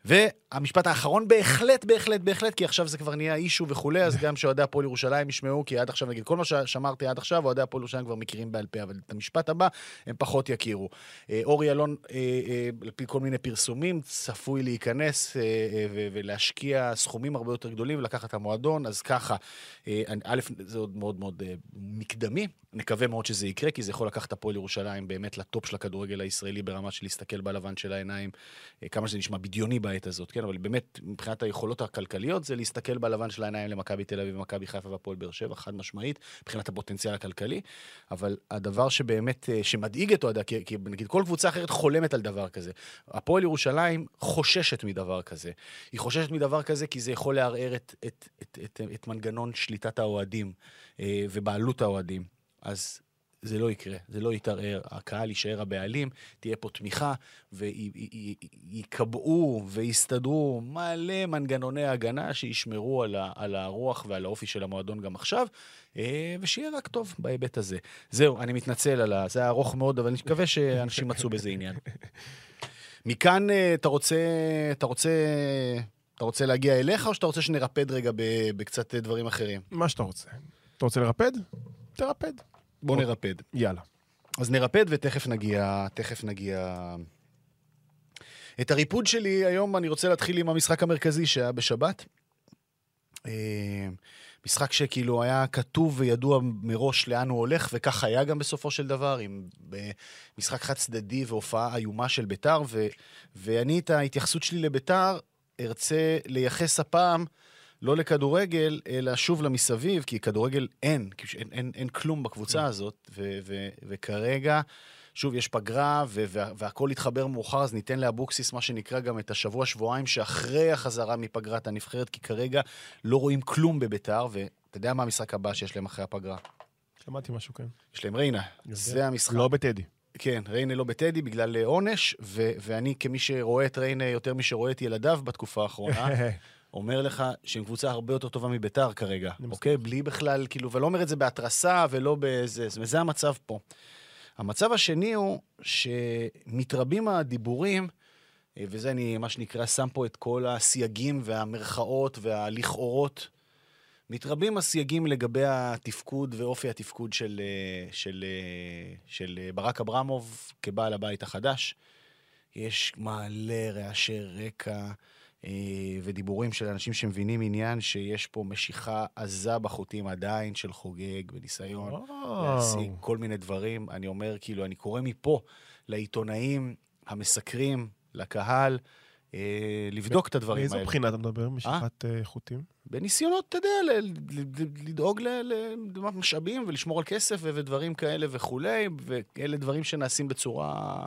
והמשפט האחרון בהחלט, בהחלט, בהחלט, כי עכשיו זה כבר נהיה אישו וכולי, אז גם שאוהדי הפועל ירושלים ישמעו, כי עד עכשיו, נגיד, כל מה ששמרתי עד עכשיו, אוהדי הפועל ירושלים כבר מכירים בעל פה, אבל את המשפט הבא, הם פחות יכירו. אורי אלון, על פי כל מיני פרסומים, צפוי להיכנס ולהשקיע סכומים הרבה יותר גדולים, ולקחת את המועדון, אז ככה, א', זה עוד מאוד מאוד מקדמי, נקווה מאוד שזה יקרה, כי זה יכול לקחת את הפועל ירושלים באמת לטופ של הכדורגל הישראלי, ברמה של להסתכל בלבן של העיניים, כמה שזה נשמע בדיוני בעת הזאת, כן? אבל באמת, מבחינת היכולות הכלכליות, זה להסתכל בלבן של העיניים למכבי תל אביב, מכבי חיפה והפועל באר שבע, חד משמעית, מבחינת הפוטנציאל הכלכלי, אבל הדבר שבאמת, שמדאיג את אוהדה, כי, כי נגיד כל קבוצה אחרת חולמת על דבר כזה. הפועל ירושלים חוששת מדבר כזה. היא חוששת מדבר כזה, כי זה יכול לערער את, את, את, את, את מנגנון שליטת האוהדים, ובעלות האוהדים. אז זה לא יקרה, זה לא יתערער, הקהל יישאר הבעלים, תהיה פה תמיכה, ויקבעו ויסתדרו מלא מנגנוני הגנה שישמרו על, ה, על הרוח ועל האופי של המועדון גם עכשיו, ושיהיה רק טוב בהיבט הזה. זהו, אני מתנצל על ה... זה היה ארוך מאוד, אבל אני מקווה שאנשים מצאו בזה עניין. מכאן אתה רוצה, אתה רוצה, אתה רוצה להגיע אליך, או שאתה רוצה שנרפד רגע בקצת דברים אחרים? מה שאתה רוצה. אתה רוצה לרפד? תרפד. בוא נרפד. יאללה. אז נרפד ותכף נגיע, תכף נגיע... את הריפוד שלי היום אני רוצה להתחיל עם המשחק המרכזי שהיה בשבת. משחק שכאילו היה כתוב וידוע מראש לאן הוא הולך, וכך היה גם בסופו של דבר, עם משחק חד צדדי והופעה איומה של ביתר, ו... ואני את ההתייחסות שלי לביתר ארצה לייחס הפעם לא לכדורגל, אלא שוב למסביב, כי כדורגל אין, אין, אין, אין כלום בקבוצה הזאת, ו, ו, וכרגע, שוב, יש פגרה, ו, והכל יתחבר מאוחר, אז ניתן לאבוקסיס מה שנקרא גם את השבוע, שבועיים, שאחרי החזרה מפגרת הנבחרת, כי כרגע לא רואים כלום בביתר, ואתה יודע מה המשחק הבא שיש להם אחרי הפגרה? שמעתי משהו, כן. יש להם ריינה, זה המשחק. לא בטדי. כן, ריינה לא בטדי, בגלל עונש, ו, ואני כמי שרואה את ריינה יותר מי שרואה את ילדיו בתקופה האחרונה, אומר לך שהם קבוצה הרבה יותר טובה מביתר כרגע, אוקיי? בלי בכלל, כאילו, ולא אומר את זה בהתרסה ולא בזה, וזה המצב פה. המצב השני הוא שמתרבים הדיבורים, וזה אני, מה שנקרא, שם פה את כל הסייגים והמרכאות והלכאורות, מתרבים הסייגים לגבי התפקוד ואופי התפקוד של, של, של ברק אברמוב כבעל הבית החדש. יש מעלה רעשי רקע, ודיבורים של אנשים שמבינים עניין שיש פה משיכה עזה בחוטים עדיין של חוגג בניסיון להשיג כל מיני דברים. אני אומר, כאילו, אני קורא מפה לעיתונאים המסקרים, לקהל, לבדוק את הדברים האלה. מאיזו בחינה אתה מדבר? משיכת חוטים? בניסיונות, אתה יודע, לדאוג למשאבים ולשמור על כסף ודברים כאלה וכולי, ואלה דברים שנעשים בצורה...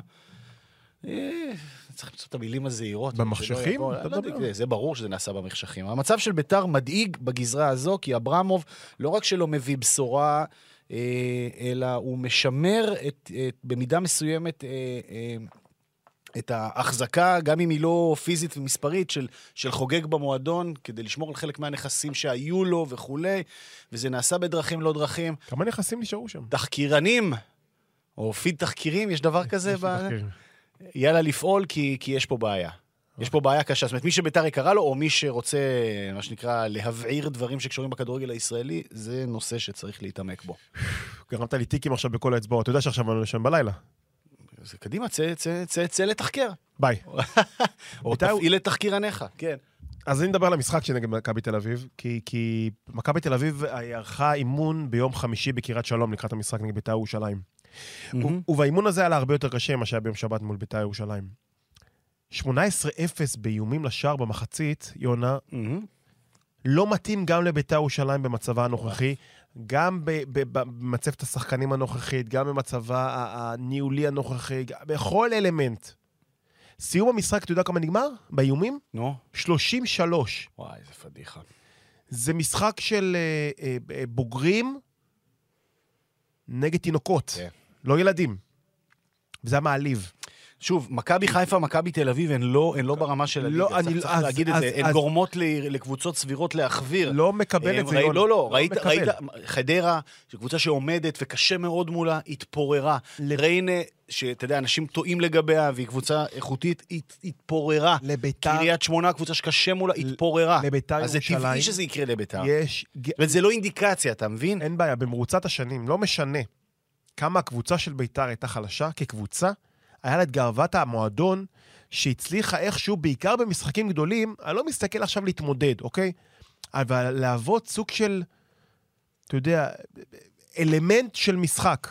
צריך למצוא את המילים הזהירות. במחשכים? זה ברור שזה נעשה במחשכים. המצב של ביתר מדאיג בגזרה הזו, כי אברמוב לא רק שלא מביא בשורה, אלא הוא משמר במידה מסוימת את ההחזקה, גם אם היא לא פיזית ומספרית, של חוגג במועדון, כדי לשמור על חלק מהנכסים שהיו לו וכולי, וזה נעשה בדרכים לא דרכים. כמה נכסים נשארו שם? תחקירנים, או פיד תחקירים, יש דבר כזה? יאללה לפעול, כי, כי יש פה בעיה. יש פה בעיה קשה. זאת אומרת, מי שביתר יקרה לו, או מי שרוצה, מה שנקרא, להבעיר דברים שקשורים בכדורגל הישראלי, זה נושא שצריך להתעמק בו. גרמת לי טיקים עכשיו בכל האצבעות. אתה יודע שעכשיו אני שם בלילה. זה קדימה, צא, צא, צא, צא לתחקר. ביי. או תפעיל את תחקירניך, כן. אז אני מדבר על המשחק שנגד מכבי תל אביב, כי, כי מכבי תל אביב ערכה אימון ביום חמישי בקריית שלום לקראת המשחק נגד בית"ר ירושלים. ובאימון הזה היה לה הרבה יותר קשה מה שהיה ביום שבת מול בית"ר ירושלים. שמונה עשרה אפס באיומים לשער במחצית, יונה, לא מתאים גם לבית"ר ירושלים במצבה הנוכחי, גם במצבת השחקנים הנוכחית, גם במצבה הניהולי הנוכחי, בכל אלמנט. סיום המשחק, אתה יודע כמה נגמר? באיומים? נו. שלושים ושלוש. וואי, זה פדיחה. זה משחק של בוגרים נגד תינוקות, לא ילדים. וזה המעליב. שוב, מכבי חיפה, מכבי תל אביב, הן לא, הן לא ברמה של הליגה. לא, אני- צריך, צריך אז- להגיד את אז- זה. הן אז- גורמות ל- לקבוצות סבירות להחביר. לא מקבל את זה, ראי- יוני. לא, לא, ראית, מקבל. ראית, חדרה, זו קבוצה שעומדת וקשה מאוד מולה, התפוררה. ריינה, שאתה יודע, אנשים טועים לגביה, והיא קבוצה איכותית, הת- התפוררה. לביתר, קריית שמונה, קבוצה שקשה מולה, התפוררה. לביתר אז זה טבעי ירושלים שזה יקרה לביתר. יש... וזה לא אינדיקציה, אתה מבין? אין בעיה, במרוצת השנים, לא משנה כמה הקבוצה של ביתר הייתה חלשה, כקבוצה, היה לה את גאוות המועדון, שהצליחה איכשהו, בעיקר במשחקים גדולים, אני לא מסתכל עכשיו להתמודד, אוקיי? אבל להוות סוג של, אתה יודע, אלמנט של משחק.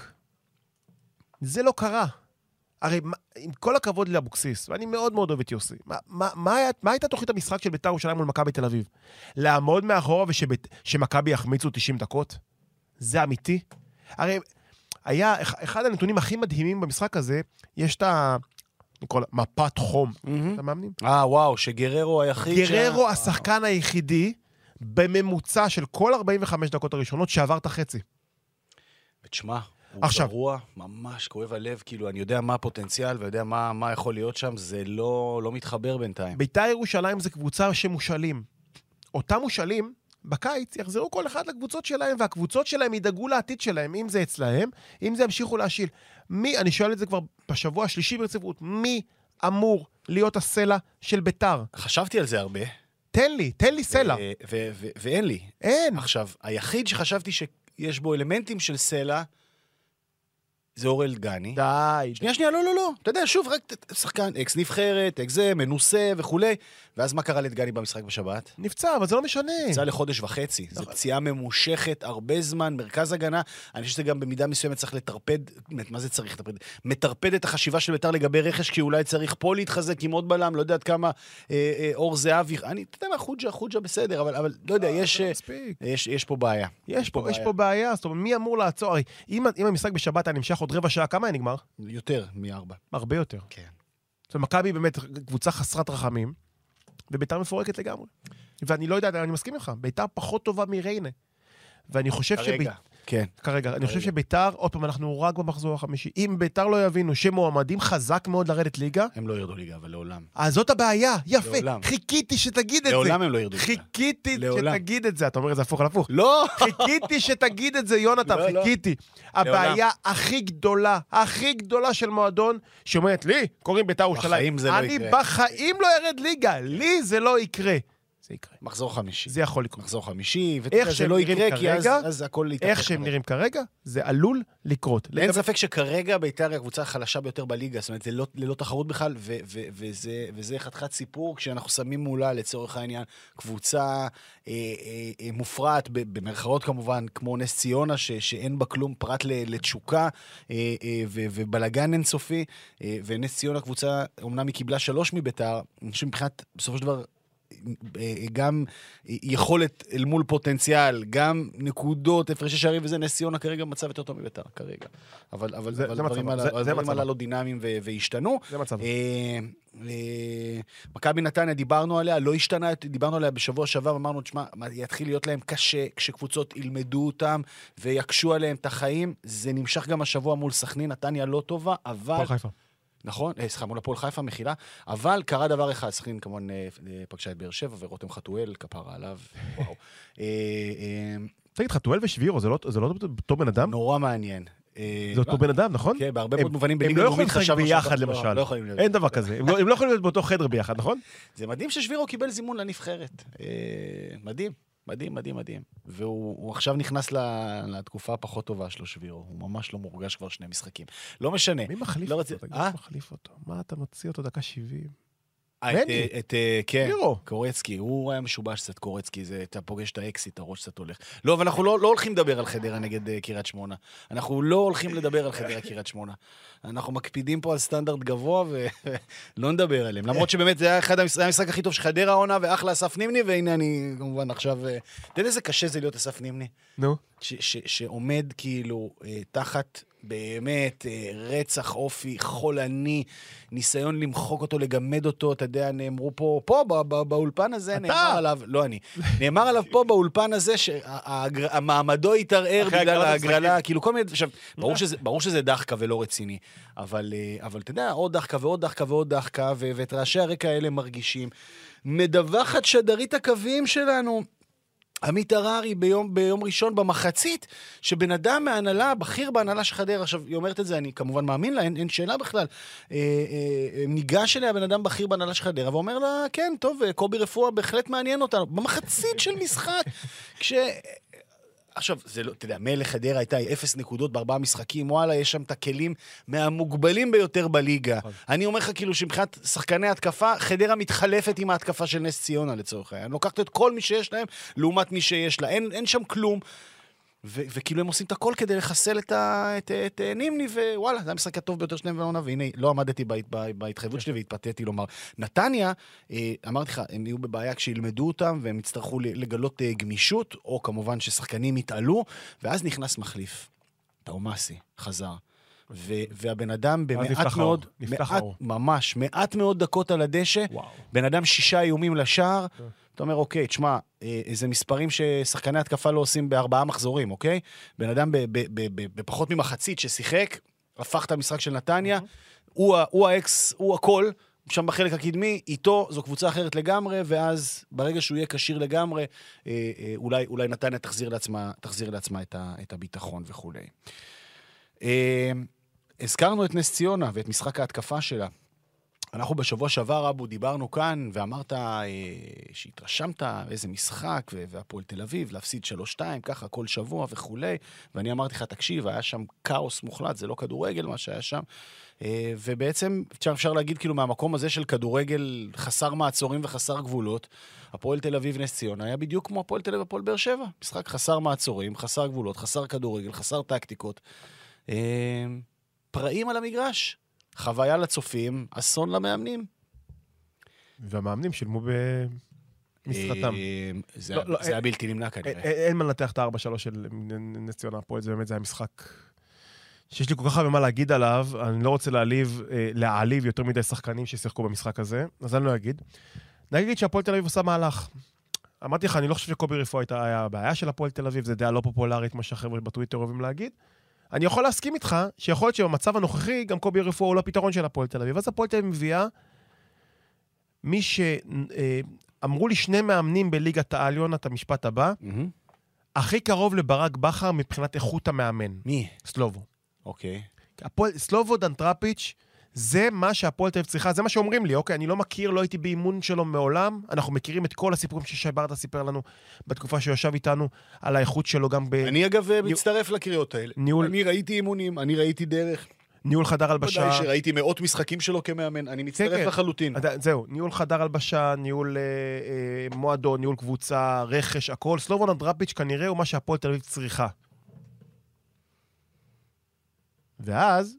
זה לא קרה. הרי עם כל הכבוד לאבוקסיס, ואני מאוד מאוד אוהב את יוסי, מה, מה, מה, היה, מה הייתה תוכנית המשחק של ביתר ירושלים מול מכבי תל אביב? לעמוד מאחורה ושמכבי יחמיצו תשעים דקות? זה אמיתי? הרי היה, אחד הנתונים הכי מדהימים במשחק הזה, יש את ה... נקרא לה, מפת חום. אתה מאמנים? אה, וואו, שגררו היחיד... גררו השחקן היחידי, בממוצע של כל ארבעים וחמש דקות הראשונות, שעבר את החצי. ותשמע, הוא עכשיו. גרוע, ממש כואב הלב, כאילו, אני יודע מה הפוטנציאל, ויודע מה, מה יכול להיות שם, זה לא, לא מתחבר בינתיים. ביתר ירושלים זה קבוצה שמושלים. אותם מושלים, בקיץ, יחזרו כל אחד לקבוצות שלהם, והקבוצות שלהם ידאגו לעתיד שלהם, אם זה אצלהם, אם זה ימשיכו להשיל. מי, אני שואל את זה כבר בשבוע השלישי ברציפות, מי אמור להיות הסלע של ביתר? חשבתי על זה הרבה. תן לי, תן לי סלע. ו- ו- ו- ואין לי. אין. עכשיו, היחיד שחשבתי שיש בו אלמנטים של סלע, זה אורל דגני. די. שנייה, שנייה, לא, לא, לא. אתה יודע, שוב, רק ת- שחקן, אקס נבחרת, אקס זה, מנוסה וכולי. ואז מה קרה לדגני במשחק בשבת? נפצע, אבל זה לא משנה. פציעה לחודש וחצי. זו פציעה ממושכת, הרבה זמן, מרכז הגנה. אני חושב שזה גם במידה מסוימת צריך לטרפד, מה זה צריך לטרפד? מטרפד את החשיבה של ביתר לגבי רכש, כי אולי צריך פה להתחזק עם עוד בלם, לא יודע עד כמה אה, אה, אור זהבי. אני, אתה יודע מה, חוג'ה, חוג'ה בסדר, אבל, אבל לא יודע, יש, אה, יש, יש פה בעיה. יש פה, יש פה בעיה, זאת אומרת, מי אמור לעצור? הרי, אם, אם המשחק בשבת היה נמשך עוד רבע שעה, כמה היה נגמר? יותר מארבע. הרבה יותר. כן. זאת אומרת, מכבי באמת קבוצה חסרת רחמים, וביתר מפורקת לגמרי. ואני לא יודע, אני מסכים לך, ביתר פחות טובה מריינה. ואני חושב כרגע, כן. כרגע, אני חושב שביתר, עוד פעם, אנחנו רק במחזור החמישי. אם ביתר לא יבינו שמועמדים חזק מאוד לרדת ליגה, הם לא ירדו ליגה, אבל לעולם. אז זאת הבעיה, יפה. לעולם. חיכיתי שתגיד את זה. לעולם הם לא ירדו ליגה. חיכיתי לעולם. שתגיד את זה. אתה אומר את זה הפוך על הפוך. לא! חיכיתי שתגיד את זה, יונתן, לא, לא. חיכיתי. הבעיה הכי גדולה, הכי גדולה של מועדון, שאומרת לי, קוראים ביתר ירושלים. בחיים זה לא אני יקרה. בחיים לא ירד ליגה, לי זה לא יקרה. זה יקרה. מחזור חמישי. זה יכול לקרות. מחזור חמישי, איך וזה שהם לא נראים יקרה, כי אז, כרגע, אז הכל יתהפך. איך שהם נראים כרגע, זה עלול לקרות. אין ספק שכרגע ביתר היא הקבוצה החלשה ביותר בליגה, זאת אומרת, זה לא, ללא תחרות בכלל, ו- ו- וזה, וזה חתיכת סיפור, כשאנחנו שמים מולה, לצורך העניין, קבוצה אה, אה, אה, מופרעת, ב- במרכאות כמובן, כמו נס ציונה, ש- שאין בה כלום פרט ל- לתשוקה, אה, אה, ו- ובלגן אינסופי, אה, ונס ציונה קבוצה, אמנם היא קיבלה שלוש מביתר, אני חושב מבחינת, בסופו של דבר, גם יכולת אל מול פוטנציאל, גם נקודות, הפרשי שערים וזה, נס ציונה כרגע מצב יותר טוב מביתר, כרגע. אבל, אבל, זה- אבל זה הדברים מצב, הללו- זה- זה הדברים מצב. הללו דינמיים ו- והשתנו. זה מצב. אה, אה, מכבי נתניה, דיברנו עליה, לא השתנה, דיברנו עליה בשבוע שעבר, אמרנו, תשמע, יתחיל להיות להם קשה, כשקבוצות ילמדו אותם ויקשו עליהם את החיים, זה נמשך גם השבוע מול סכנין, נתניה לא טובה, אבל... הפועל חיפה. נכון, סליחה, מול הפועל חיפה, מחילה, אבל קרה דבר אחד, סכנין כמובן אה, פגשה את באר שבע, ורותם חתואל, כפרה עליו, וואו. אה, אה, תגיד, חתואל ושבירו, זה לא זה לא אותו בן אדם? נורא מעניין. אה, זה אותו בן אדם, נכון? כן, בהרבה הם- מאוד מובנים הם בליגה לא לאומית יכולים לשחק חשבנו ביחד, שאנחנו- למשל. לא, לא יכולים להיות. אין דבר כזה. הם לא הם לא יכולים להיות באותו חדר ביחד, נכון? זה מדהים ששבירו קיבל זימון לנבחרת. אה, מדהים, מדהים, מדהים, מדהים. והוא הוא עכשיו נכנס ל- לתקופה הפחות טובה שלו, שבירו. הוא ממש לא מורגש כבר שני משחקים. לא משנה. מי מחליף לא אותו? רצי- תגיד, אה? מי מחליף אותו? מה אתה מוציא אותו דקה שבעים? אה, את, בני. את, אה, כן, שבירו. קורצקי, הוא היה משובש קצת קורצקי, זה, אתה פוגש את האקסיט, הראש קצת הולך. לא, אבל אנחנו לא, לא הולכים לדבר על חדרה נגד אה, קריית שמונה. אנחנו לא הולכים לדבר על חדרה קריית שמונה. אנחנו מקפידים פה על סטנדרט גבוה ולא נדבר עליהם. למרות שבאמת זה היה אחד המשחק, המשחק הכי טוב של חדרה העונה, ואחלה אסף נימני, והנה אני כמובן עכשיו... אה, אתה יודע איזה קשה זה להיות אסף נימני? נו. ש- ש- שעומד כאילו אה, תחת באמת אה, רצח אופי, חולני, ניסיון למחוק אותו, לגמד אותו, אתה יודע, נאמרו פה, פה בא, בא, באולפן הזה, אתה. נאמר עליו, לא אני, נאמר עליו פה באולפן הזה, שהמעמדו התערער בגלל ההגרלה, כאילו כל מיני, עכשיו, ברור שזה, ברור שזה דחקה ולא רציני, אבל, אה, אבל אתה יודע, עוד דחקה ועוד דחקה ועוד דחקה, ו- ואת רעשי הרקע האלה מרגישים. מדווחת שדרית הקווים שלנו, עמית הררי ביום, ביום ראשון במחצית, שבן אדם מהנהלה, בכיר בהנהלה של חדרה, עכשיו, היא אומרת את זה, אני כמובן מאמין לה, אין, אין שאלה בכלל, אה, אה, ניגש אליה בן אדם בכיר בהנהלה של חדרה, ואומר לה, כן, טוב, קובי רפואה בהחלט מעניין אותנו, במחצית של משחק, כש... עכשיו, זה לא, אתה יודע, מלך חדרה הייתה אפס נקודות בארבעה משחקים, וואלה, יש שם את הכלים מהמוגבלים ביותר בליגה. אני אומר לך כאילו שמבחינת שחקני התקפה, חדרה מתחלפת עם ההתקפה של נס ציונה לצורך העניין. לוקחת את כל מי שיש להם, לעומת מי שיש לה. אין, אין שם כלום. ו- וכאילו הם עושים את הכל כדי לחסל את, ה- את, את, את נימני, ווואלה, זה המשחק הטוב ביותר שלהם בעונה, והנה, לא עמדתי בה, בה, בהתחייבות שלי והתפתיתי לומר. נתניה, אה, אמרתי לך, הם יהיו בבעיה כשילמדו אותם, והם יצטרכו לגלות אה, גמישות, או כמובן ששחקנים יתעלו, ואז נכנס מחליף. תאומאסי, חזר. ו- והבן אדם במעט מאוד, מעט, ממש, מעט מאוד דקות על הדשא, וואו. בן אדם שישה איומים לשער, כן. אתה אומר, אוקיי, תשמע, זה מספרים ששחקני התקפה לא עושים בארבעה מחזורים, אוקיי? בן אדם בפחות ממחצית ששיחק, הפך את המשחק של נתניה, הוא האקס, הוא הכל, שם בחלק הקדמי, איתו זו קבוצה אחרת לגמרי, ואז ברגע שהוא יהיה קשיר לגמרי, אולי, אולי נתניה תחזיר לעצמה, תחזיר לעצמה את הביטחון וכו'. הזכרנו את נס ציונה ואת משחק ההתקפה שלה. אנחנו בשבוע שעבר, אבו, דיברנו כאן, ואמרת אה, שהתרשמת איזה משחק, והפועל תל אביב, להפסיד שלוש שתיים, ככה כל שבוע וכו'. ואני אמרתי לך, תקשיב, היה שם כאוס מוחלט, זה לא כדורגל מה שהיה שם. אה, ובעצם אפשר, אפשר להגיד כאילו מהמקום הזה של כדורגל חסר מעצורים וחסר גבולות, הפועל תל אביב נס ציונה היה בדיוק כמו הפועל תל אביב הפועל באר שבע. משחק חסר מעצורים, חסר גבולות, חסר כדורגל, חסר טקטיקות. אה, פרעים על המגרש. חוויה לצופים, אסון למאמנים. והמאמנים שילמו במשרתם. זה היה בלתי נמנע כנראה. אין מה לנתח את ה-ארבע שלוש של נס ציונה פה, זה באמת, זה היה משחק שיש לי כל כך הרבה מה להגיד עליו, אני לא רוצה להעליב, להעליב יותר מדי שחקנים ששיחקו במשחק הזה, אז אני לא אגיד. נגיד שהפועל תל אביב עושה מהלך. אמרתי לך, אני לא חושב שקובי רפואה היה הבעיה של הפועל תל אביב, זה דעה לא פופולרית, מה שהחבר'ה בטוויטר אוהבים להגיד. אני יכול להסכים איתך שיכול להיות שבמצב הנוכחי גם קובי רפואה הוא לא פתרון של הפועל תל אביב. אז הפועל תל אביב מביאה מי שאמרו לי שני מאמנים בליגת העליון, את המשפט הבא, הכי קרוב לברק בכר מבחינת איכות המאמן. מי? סלובו. אוקיי. סלובו דנטרפיץ' זה מה שהפועל תל אביב צריכה, זה מה שאומרים לי, אוקיי, אני לא מכיר, לא הייתי באימון שלו מעולם, אנחנו מכירים את כל הסיפורים ששי ברדה סיפר לנו בתקופה שהוא יושב איתנו, על האיכות שלו גם ב... אני אגב מצטרף לקריאות האלה. ניהול... אני ראיתי אימונים, אני ראיתי דרך. ניהול חדר הלבשה. ודאי שראיתי מאות משחקים שלו כמאמן, אני מצטרף כן, לחלוטין. כן. זהו, ניהול חדר הלבשה, ניהול אה, אה, מועדון, ניהול קבוצה, רכש, הכל. סלובו דנטרפיץ' כנראה הוא מה שהפועל תל אביב צריכה. ואז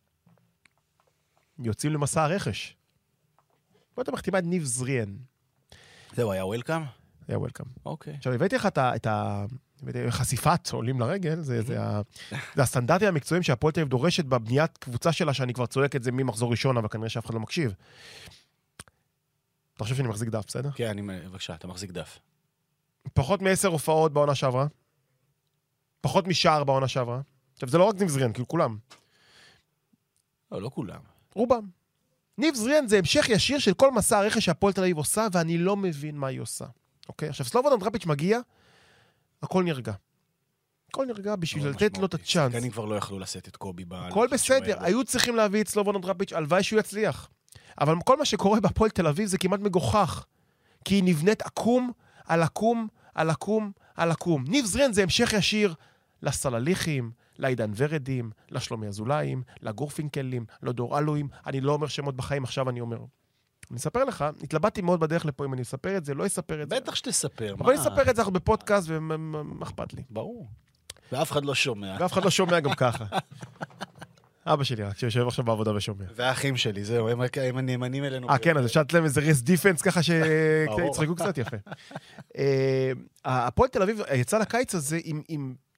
יוצאים למסע הרכש. פה אתה מחתימה את ניב זריאן. זהו, היה וולקאם? היה וולקאם. אוקיי. עכשיו, הבאתי לך את החשיפת עולים לרגל, זה הסטנדרטים המקצועיים שהפועל תל אביב דורשת בבניית קבוצה שלה, שאני כבר צועק את זה ממחזור ראשון, אבל כנראה שאף אחד לא מקשיב. אתה חושב שאני מחזיק דף, בסדר? כן, אני, בבקשה, אתה מחזיק דף. פחות מעשר הופעות בעונה שעברה. פחות משער בעונה שעברה. עכשיו, זה לא רק ניב זריאן, כאילו כולם. לא, לא כולם. רובם. ניב זריאן זה המשך ישיר של כל מסע הרכש שהפועל תל אביב עושה, ואני לא מבין מה היא עושה. אוקיי? עכשיו, סלובו דנטרפיץ' מגיע, הכל נרגע. הכל נרגע בשביל לתת לו את הצ'אנס. שחקנים כבר לא יכלו לשאת את קובי. הכל בסדר. היו צריכים להביא את סלובו דנטרפיץ', הלוואי שהוא יצליח. אבל כל מה שקורה בהפועל תל אביב זה כמעט מגוחך. כי היא נבנית עקום, על עקום, על עקום, על עקום. ניב זריאן זה המשך ישיר לסלליכים, לעידן ורדים, לשלומי אזולאים, לגורפינקלים, לדור אלוהים. אני לא אומר שמות בחיים, עכשיו אני אומר. אני אספר לך, התלבטתי מאוד בדרך לפה, אם אני אספר את זה, לא אספר את זה. בטח שתספר. אבל אני אספר את זה בפודקאסט, ומה אכפת לי. ברור. ואף אחד לא שומע. ואף אחד לא שומע גם ככה. אבא שלי רק, שיושב עכשיו בעבודה ושומע. והאחים שלי, זהו, הם הנאמנים אלינו. אה, כן, אז אפשרת להם איזה רס דיפנס ככה שיצחקו קצת יפה. הפועל תל אביב יצא לקיץ הזה עם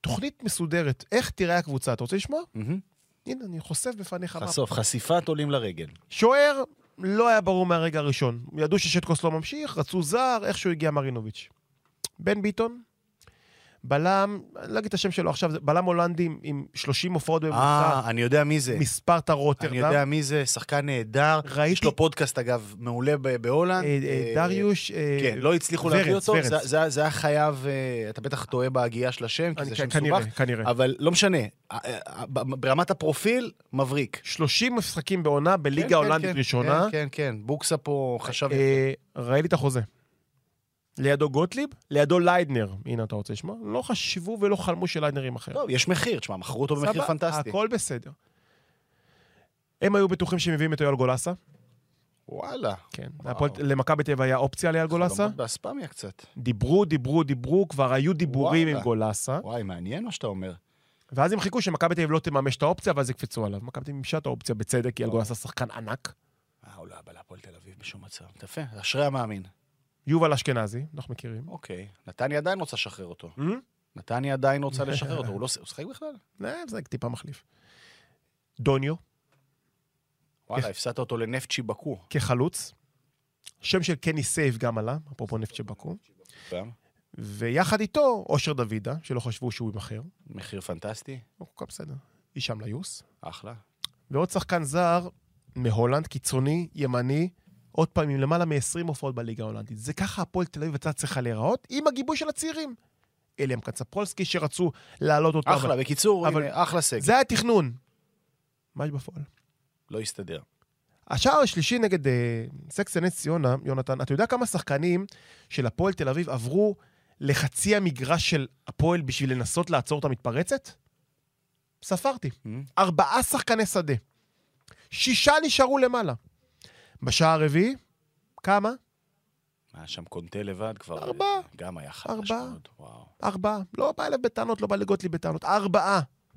תוכנית מסודרת, איך תראה הקבוצה, אתה רוצה לשמוע? מהמם. הנה, אני חושף בפניך. מה. חשוף, חשיפת עולים לרגל. שוער לא היה ברור מהרגע הראשון. ידעו ששטקוס לא ממשיך, רצו זר, איכשהו הגיע מרינוביץ'. בן ביטון, בלם, אני לא אגיד את השם שלו עכשיו, זה בלם הולנדי עם שלושים הופעות בממוצע. אה, אני יודע מי זה. מספרטה רוטרדם. אני יודע מי זה, שחקן נהדר. ראיתי- יש לו פודקאסט, אגב, מעולה ב- בהולנד. אה, אה, אה, דריוש... אה, כן, לא הצליחו ורץ, להביא אותו. ורץ. זה- זה- זה היה חייב, אה, אתה בטח טועה בהגייה של השם, כי אני- זה שם כנראה, מסובך. כנראה. אבל לא משנה. אה, אה, ב- ברמת הפרופיל, מבריק. שלושים משחקים בעונה כן, בליגה כן, ההולנדית כן, ראשונה. כן, כן, כן. בוקסה פה חשב... אה, ראיתי את החוזה. לידו גוטליב, לידו ליידנר. הנה, אתה רוצה לשמוע? לא חשבו ולא חלמו שליידנר עם אחר. טוב, יש מחיר, תשמע, מכרו אותו במחיר סבבה, פנטסטי. הכל בסדר. הם היו בטוחים שמביאים את אייל גולסה. וואלה. כן. וואו. הפועל- למכבי תל אביב היה אופציה לאייל גולסה. חלומות באספמיה קצת. דיברו, דיברו, דיברו, כבר היו דיבורים וואלה. עם גולסה. וואי, מעניין מה שאתה אומר. ואז הם חיכו שמכבי תל אביב לא תממש את האופציה, ואז יקפצו עליו. מכבי תל אביב מימשה את האופציה בצדק, כי אייל גולסה שחקן ענק. אה, הוא לא היה בהפועל תל אביב בשום מצב. יפה, אשרי המאמין. יובל אשכנזי, אנחנו מכירים. אוקיי. נתניה עדיין רוצה לשחרר אותו. Hmm? נתניה עדיין רוצה לשחרר אותו. הוא לא הוא שחק בכלל? אה, זה טיפה מחליף. דוניו, וואלה, הפסדת אותו לנפצ'י בקו. כחלוץ. שם של קני סייב גם עלה, אפרופו נפט שבקו. ויחד איתו, אושר דוידה, שלא חשבו שהוא ימחר. מחיר פנטסטי. הכל בסדר. הישאם ליוס. אחלה. ועוד שחקן זר מהולנד, קיצוני, ימני, עוד פעם, עם למעלה מ-עשרים הופעות בליגה ההולנדית. זה ככה הפועל תל אביב הייתה צריכה להיראות, עם הגיבוי של הצעירים. אליאם קצפולסקי שרצו להעלות אותו. אחלה, בקיצור, אבל- הנה, אחלה סגל. זה היה תכנון. מה יש בפועל? לא יסתדר. השער השלישי נגד אה, סקסיה נס ציונה, יונתן, אתה יודע כמה שחקנים של הפועל תל אביב עברו לחצי המגרש של הפועל בשביל לנסות לעצור את המתפרצת? ספרתי. ארבעה שחקני שדה. שישה נשארו למעלה. בשער הרביעי, כמה? היה שם קונטה לבד כבר. ארבעה. גם היה חדש ארבעה. מאוד. וואו. ארבעה. לא בא אליו בטענות, לא בא לגוטליב בטענות. ארבעה.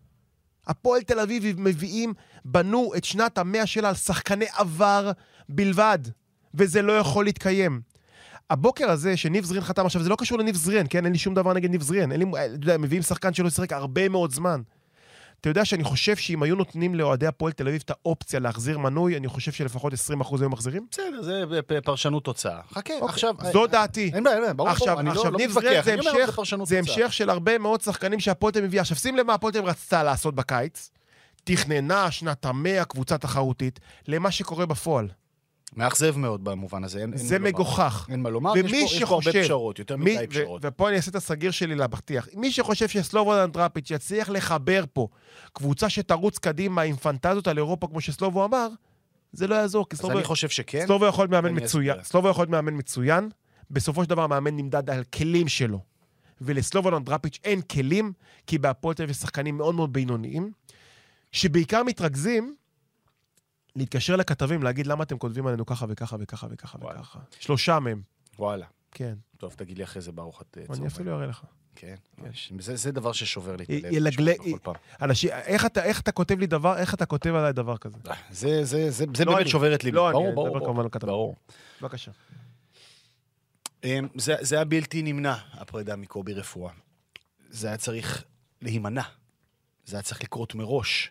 הפועל תל אביב מביאים, בנו את שנת המאה שלה על שחקני עבר בלבד, וזה לא יכול להתקיים. הבוקר הזה שניב זרין חתם, עכשיו זה לא קשור לניב זרין, כן? אין לי שום דבר נגד ניב זרין. אין לי, אתה יודע, מביאים שחקן שלא ישחק הרבה מאוד זמן. אתה יודע שאני חושב שאם היו נותנים לאוהדי הפועל תל אביב את האופציה להחזיר מנוי, אני חושב שלפחות עשרים אחוז היו מחזירים. בסדר, זה פ- פרשנות תוצאה. חכה, עכשיו... זו דעתי. אין בעיה, אין בעיה, ברור, עכשיו, ברור, אני לא- עכשיו, לא ניב זרין מתווכח, זה אני אומר, זה המשך, פרשנות זה תוצאה. המשך של הרבה מאוד שחקנים שהפועל תל אביב הביאה. עכשיו, שים למה הפועל תל אביב רצתה לעשות בקיץ. תכננה שנת המאה קבוצה תחרותית למה שקורה בפועל. מאכזב מאוד במובן הזה. אין- אין זה מה לומר. מגוחך. אין מה לומר, יש פה- ומי יש פה הרבה שחושב- פשרות, יותר מי- מדי ו- פשרות. ופה אני אעשה את הסגיר שלי לבטיח. מי שחושב שסלובודן דראפיץ' יצליח לחבר פה קבוצה שתרוץ קדימה עם פנטזיות על אירופה, כמו שסלובו אמר, זה לא יעזור, כי אז סלובו... אני חושב שכן. סלובו יכול להיות מאמן אני מצוין. אסביר. סלובו יכול להיות מאמן מצוין. בסופו של דבר המאמן נמדד על כלים שלו. ולסלובודן דראפיץ' אין כלים, כי בהפועל תל אביב יש שחקנים מאוד מאוד בינוניים, שבעיקר מתרכזים להתקשר לכתבים, להגיד למה אתם כותבים עלינו ככה וככה וככה וככה וואלה. וככה. שלושה מהם. וואלה. כן. טוב, תגיד לי אחרי זה ברוך את אני צהריים. אפילו אראה לך. כן. זה זה דבר ששובר לי את י- הלב. ילגלה- שומע כל פעם. אנשים, איך אתה, איך אתה כותב לי דבר, איך אתה כותב עליי דבר כזה? זה זה- זה- זה לא באמת אני. שובר את ליבי. לא אני, ברור, אני ברור, מדבר ברור. כמובן על כתבים. ברור. בבקשה. אמ, זה זה היה בלתי נמנע, הפרידה מקובי רפואה. זה היה צריך להימנע. זה היה צריך לקרות מראש.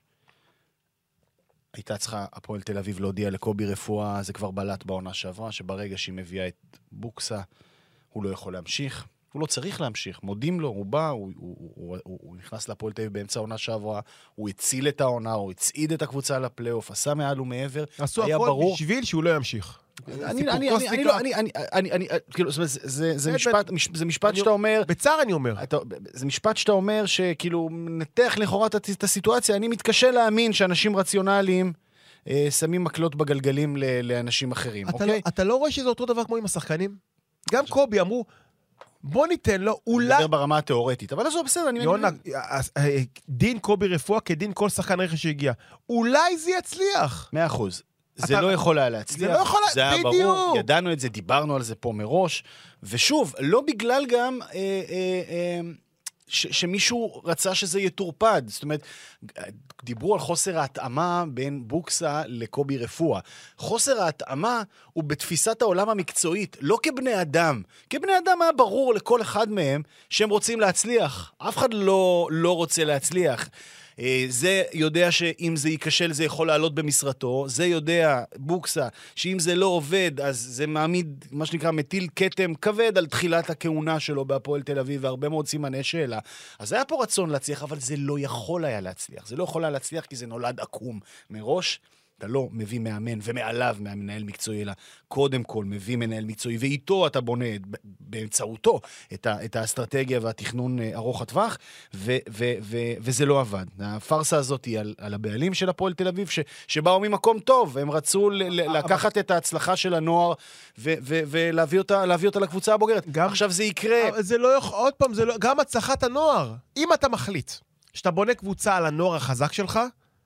הייתה צריכה הפועל תל אביב להודיע לקובי רפואה, זה כבר בלט בעונה שעברה, שברגע שהיא מביאה את בוקסה, הוא לא יכול להמשיך. הוא לא צריך להמשיך, מודים לו, הוא בא, הוא, הוא, הוא, הוא, הוא נכנס לפועל תל אביב באמצע העונה שעברה, הוא הציל את העונה, הוא הצעיד את הקבוצה לפלייאוף, עשה מעל ומעבר. עשו היה הכל ברור- בשביל שהוא לא ימשיך. אני, סיפור אני, אני, קוסטיקה. אני, לא, אני, אני, אני, אני, כאילו, זאת אומרת, זה, זה, זה באמת. משפט, מש- זה משפט אני- שאתה אומר, בצער אני אומר. אתה, זה משפט שאתה אומר שכאילו, נתח לכאורה את, את הסיטואציה, אני מתקשה להאמין שאנשים רציונליים אה, שמים מקלות בגלגלים ל, לאנשים אחרים, אתה, אוקיי? לא, אתה לא רואה שזה אותו דבר כמו עם השחקנים? גם קובי אמרו, בוא ניתן לו, אולי... נדבר ברמה התיאורטית, אבל עזוב, בסדר, אני... יונה, אני- דין קובי רפואה כדין כל שחקן רכש שהגיע. אולי זה יצליח. מאה אחוז. זה אתה- לא יכול היה להצליח. זה לא יכול היה- זה היה בדיוק. ברור, ידענו את זה, דיברנו על זה פה מראש. ושוב, לא בגלל גם... אה, אה, אה, ש, שמישהו רצה שזה יטורפד. זאת אומרת, דיברו על חוסר ההתאמה בין בוקסה לקובי רפואה. חוסר ההתאמה הוא בתפיסת העולם המקצועית, לא כבני אדם. כבני אדם היה ברור לכל אחד מהם שהם רוצים להצליח. אף אחד לא, לא רוצה להצליח. זה יודע שאם זה ייכשל זה יכול לעלות במשרתו, זה יודע, בוקסה, שאם זה לא עובד, אז זה מעמיד, מה שנקרא, מטיל כתם כבד על תחילת הכהונה שלו בהפועל תל אביב, והרבה מאוד סימני שאלה. אז היה פה רצון להצליח, אבל זה לא יכול היה להצליח. זה לא יכול היה להצליח כי זה נולד עקום מראש. אתה לא מביא מאמן ומעליו מהמנהל מקצועי, אלא קודם כל מביא מנהל מקצועי, ואיתו אתה בונה באמצעותו את, ה, את האסטרטגיה והתכנון ארוך הטווח, ו, ו, ו, וזה לא עבד. הפרסה הזאת היא על, על הבעלים של הפועל תל אביב, ש, שבאו ממקום טוב, הם רצו ל, ל, לקחת את ההצלחה של הנוער, ו, ו, ולהביא אותה, להביא אותה לקבוצה הבוגרת. גם, עכשיו זה יקרה. זה לא יכול, עוד פעם, זה לא, גם הצלחת הנוער. אם אתה מחליט שאתה בונה קבוצה על הנוער החזק שלך,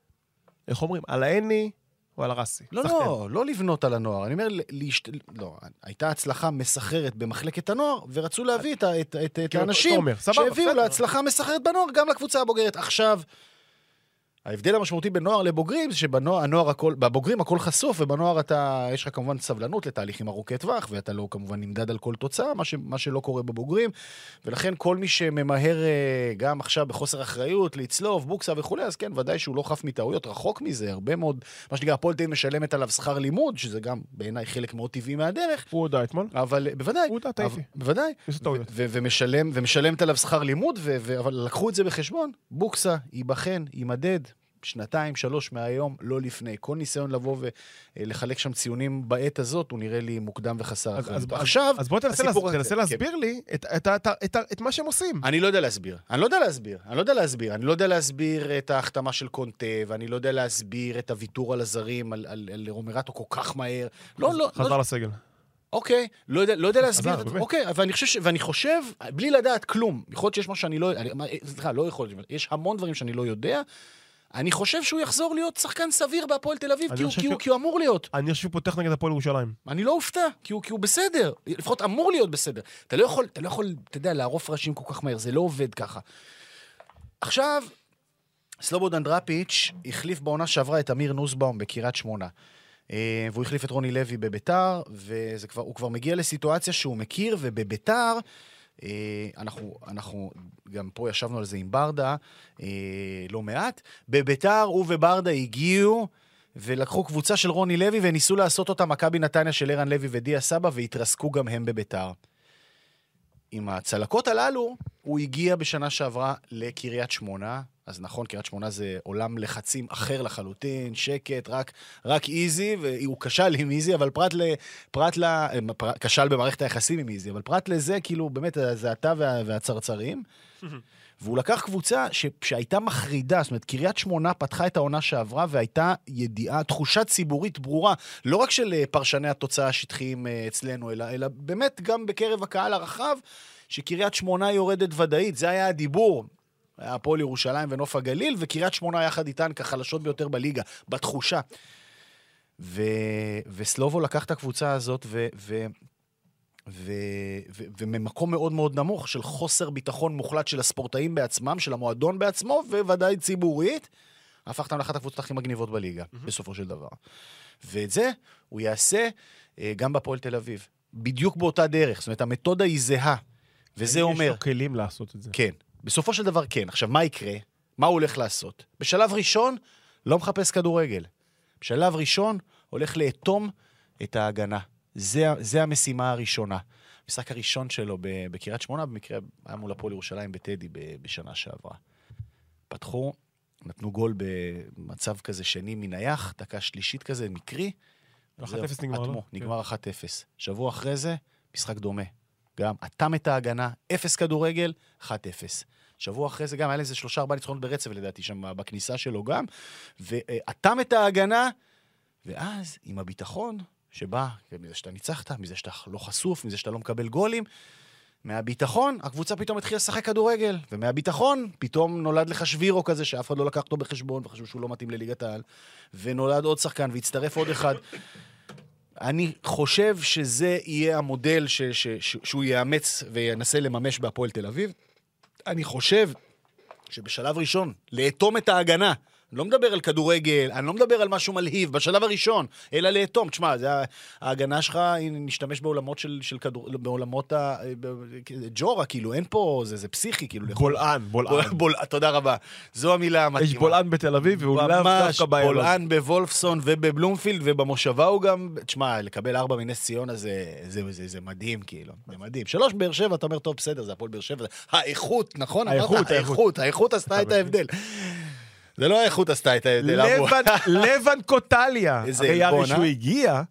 איך אומרים? על העני, או על הרסי. לא, לא, לא לבנות על הנוער. אני אומר, להשת... לא, הייתה הצלחה מסחררת במחלקת הנוער, ורצו להביא את, את, את, את האנשים שהביאו להצלחה מסחררת בנוער, גם לקבוצה הבוגרת. עכשיו, ההבדל המשמעותי בין נוער לבוגרים, זה שבנוער הכל, בבוגרים הכל חשוף, ובנוער אתה, יש לך כמובן סבלנות לתהליכים ארוכי טווח, ואתה לא כמובן נמדד על כל תוצאה, מה, ש, מה שלא קורה בבוגרים, ולכן כל מי שממהר גם עכשיו בחוסר אחריות, לצלוב, בוקסה וכו', אז כן, ודאי שהוא לא חף מטעויות, רחוק מזה, הרבה מאוד, מה שנקרא, הפועל תל אביב משלמת עליו שכר לימוד, שזה גם בעיניי חלק מאוד טבעי מהדרך. הוא הודע אתמול. אבל בוודאי. הוא הודע טייפי. בוודאי. ומשלם, ומשלמת עליו שכר לימוד, אבל לקחו את זה בחשבון. בוקסה, ייבחן, יימדד. שנתיים, שלוש מהיום, לא לפני. כל ניסיון לבוא ולחלק שם ציונים בעת הזאת, הוא נראה לי מוקדם וחסר. אז, אז, עכשיו, אז בוא תנסה, להסביר, תנסה להסביר כן. לי את, את, את, את, את מה שהם עושים. אני לא יודע להסביר. אני לא יודע להסביר. אני לא יודע להסביר. אני לא יודע להסביר את ההחתמה של קונטה, ואני לא יודע להסביר את הוויתור על הזרים, על, על, על רומרטו כל כך מהר. לא, לא. חזר לא... לסגל. אוקיי, לא יודע, לא יודע להסביר. אוקיי, ואני חושב, ואני חושב, בלי לדעת כלום, יכול להיות שיש מה שאני לא, סליחה, לא יכול להיות, יש המון דברים שאני לא יודע. אני חושב שהוא יחזור להיות שחקן סביר בהפועל תל אביב, כי הוא, כי, הוא, כי הוא אמור להיות. אני חושב שהוא פותח נגד הפועל ירושלים. אני לא אופתע, כי הוא, כי הוא בסדר. לפחות אמור להיות בסדר. אתה לא יכול, אתה לא יכול, אתה יודע, לערוף ראשים כל כך מהר, זה לא עובד ככה. עכשיו, סלובודן דראפיץ' החליף בעונה שעברה את אמיר נוסבאום בקריית שמונה. והוא החליף את רוני לוי בביתר, והוא כבר מגיע לסיטואציה שהוא מכיר, ובביתר, אנחנו, אנחנו גם פה ישבנו על זה עם ברדה, לא מעט. בביתר הוא וברדה הגיעו ולקחו קבוצה של רוני לוי וניסו לעשות אותה מכבי נתניה של ערן לוי ודיה סבא, והתרסקו גם הם בביתר. עם הצלקות הללו, הוא הגיע בשנה שעברה לקריית שמונה, אז נכון, קריית שמונה זה עולם לחצים אחר לחלוטין, שקט, רק, רק איזי, והוא כשל עם איזי, אבל פרט ל... פרט ל... כשל במערכת היחסים עם איזי, אבל פרט לזה, כאילו, באמת, זה אתה וה, והצרצרים, והוא לקח קבוצה ש... שהייתה מחרידה, זאת אומרת, קריית שמונה פתחה את העונה שעברה, והייתה ידיעה, תחושה ציבורית ברורה, לא רק של פרשני התוצאה השטחיים אצלנו, אלא, אלא באמת גם בקרב הקהל הרחב, שקריית שמונה יורדת ודאית, זה היה הדיבור, היה הפועל ירושלים ונוף הגליל, וקריית שמונה יחד איתן כחלשות ביותר בליגה, בתחושה. ו... וסלובו לקח את הקבוצה הזאת, ו... ו... ו... ו... וממקום מאוד מאוד נמוך, של חוסר ביטחון מוחלט של הספורטאים בעצמם, של המועדון בעצמו, וודאי ציבורית, הפך אותם לאחת הקבוצות הכי מגניבות בליגה, mm-hmm. בסופו של דבר. ואת זה הוא יעשה גם בפועל תל אביב. בדיוק באותה דרך, זאת אומרת, המתודה היא זהה. וזה אומר... יש לו כלים לעשות את זה. כן. בסופו של דבר כן. עכשיו, מה יקרה? מה הוא הולך לעשות? בשלב ראשון, לא מחפש כדורגל. בשלב ראשון, הולך לאטום את ההגנה. זה, זה המשימה הראשונה. המשחק הראשון שלו בקריית שמונה, במקרה היה מול הפועל ירושלים בטדי בשנה שעברה. פתחו, נתנו גול במצב כזה שני מנייח, דקה שלישית כזה, מקרי. אחת אפס נגמר, לא? נגמר אחת אפס. שבוע אחרי זה, משחק דומה. גם אתם את ההגנה, אפס כדורגל, אחת אפס. שבוע אחרי זה גם, היה לזה שלושה ארבעה ניצחונות ברצף, לדעתי, שם בכניסה שלו גם, ואתם את ההגנה, ואז עם הביטחון שבא, מזה שאתה ניצחת, מזה שאתה לא חשוף, מזה שאתה לא מקבל גולים, מהביטחון, הקבוצה פתאום התחילה לשחק כדורגל, ומהביטחון פתאום נולד לך שבירו כזה, שאף אחד לא לקח אותו בחשבון, וחשוב שהוא לא מתאים לליגת העל, ונולד עוד שחקן, והצטרף עוד אחד. אני חושב שזה יהיה המודל ש- ש- ש- שהוא יאמץ וינסה לממש בהפועל תל אביב. אני חושב שבשלב ראשון, לאטום את ההגנה, אני לא מדבר על כדורגל, אני לא מדבר על משהו מלהיב, בשלב הראשון, אלא לאטום. תשמע, זה, ההגנה שלך, היא נשתמש בעולמות של, של כדור, בעולמות ה... ג'ורה, כאילו, אין פה, זה, זה פסיכי, כאילו. בולען, בולען. בול, תודה רבה. זו המילה המתאימה. יש בולען בתל אביב, והוא לאו דווקא באלון. בולען בוולפסון ובבלומפילד, ובמושבה הוא גם, תשמע, לקבל ארבע מנס ציונה, זה, זה, זה, זה מדהים, כאילו. זה מדהים. שלוש באר שבע, אתה אומר, טוב, בסדר, זה הפועל באר שבע. האיכות, נכון? האיכות, האיכות, האיכות עשתה את ההבדל. זה לא האיכות עשתה את ההבדל. לבן קוטליה. איזה הרי עלבון, שהוא הגיע,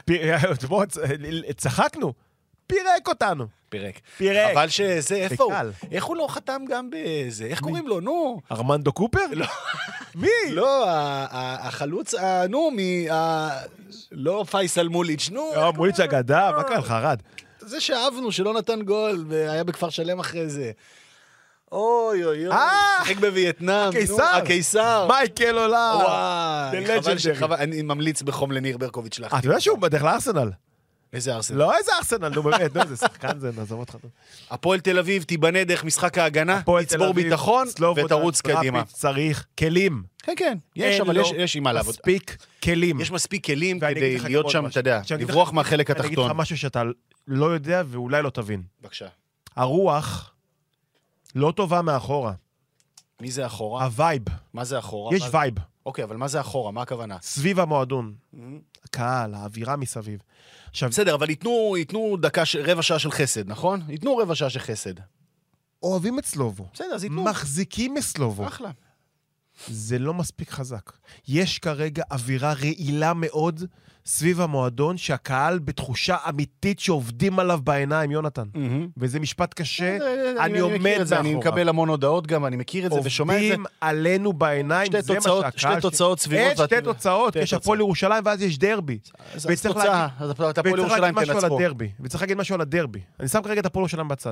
צחקנו, פירק אותנו. פירק. פירק. אבל שזה, איפה הוא? בקל. איך הוא לא חתם גם בזה? איך קוראים לו? נו. ארמנדו קופר? לא. מי? לא, ה- ה- החלוץ, ה- נו, מ... ה- לא פייסל מוליץ', נו. אה, מוליץ' אגדה, מה קרה לך, רד? זה שאהבנו, שלא נתן גול, והיה בכפר שלם אחרי זה. אוי אוי אוי, אה! שיחק בווייטנאם. הקיסר. נו, הקיסר. מייקל עולה. וואי, The חבל ש- legendary. חבל, אני ממליץ בחום לניר ברקוביץ' אה, להחתים. אתה יודע שהוא בדרך לארסנל? איזה ארסנל? לא איזה ארסנל, נו באמת, נו, זה שחקן זה, נעזוב אותך. הפועל תל אביב תיבנה דרך משחק ההגנה, הפועל תל תצבור אביב, ביטחון סלובודן, ותרוץ קדימה. דראפיץ', צריך כלים. כן, כן, יש, אין אבל לו יש, יש עם מה לעבוד. מספיק כלים. יש מספיק כלים ואני אגיד כדי לך גם להיות עוד שם, משהו. אתה יודע, שאני אגיד לברוח לך- מהחלק אני אגיד לך התחתון. משהו שאתה לא יודע ואולי לא תבין. בבקשה. הרוח לא טובה מאחורה. מי זה אחורה? הווייב. מה זה אחורה? יש מה- וייב. אוקיי, אבל מה זה אחורה? מה הכוונה? סביב המועדון. הקהל, האווירה מסביב. עכשיו, בסדר, אבל ייתנו, ייתנו דקה, ש- רבע שעה של חסד, נכון? ייתנו רבע שעה של חסד. אוהבים את סלובו. בסדר, אז ייתנו. מחזיקים מסלובו. אחלה. זה לא מספיק חזק. יש כרגע אווירה רעילה מאוד סביב המועדון, שהקהל בתחושה אמיתית שעובדים עליו בעיניים, יונתן. וזה משפט קשה, אני עומד מכיר את זה, אני מאחוריו. מקבל המון הודעות גם, אני מכיר את זה ושומע את זה. עובדים עלינו בעיניים, שתי זה מה תוצאות- שהקהל... שתי תוצאות סביבות אין ואת- שתי תוצאות, שתי יש תוצאות. הפועל ירושלים ואז יש דרבי. אז וצריך תוצאה, להגיד- אז הפועל וצריך ירושלים להגיד משהו על תנצחו. הדרבי. וצריך להגיד משהו על הדרבי. אני שם כרגע את הפועל ירושלים בצד.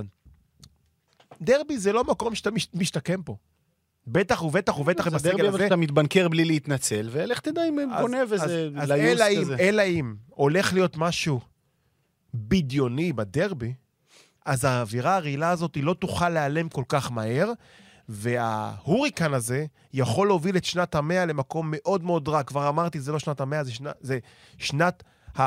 דרבי זה לא מקום שאתה מש- משתקם פה. בטח ובטח ובטח עם זה דרבי, הסגל אבל הזה. אתה מתבנקר בלי להתנצל, ולך תדע אם אז- גונב אז- איזה אז ליוס אלא אם- כזה. אלא אם הולך להיות משהו בדיוני בדרבי, אז האווירה הרעילה הזאת היא לא תוכל להיעלם כל כך מהר, וההוריקן הזה יכול להוביל את שנת המאה למקום מאוד מאוד רע. כבר אמרתי, זה לא שנת המאה, זה, שנה, זה שנת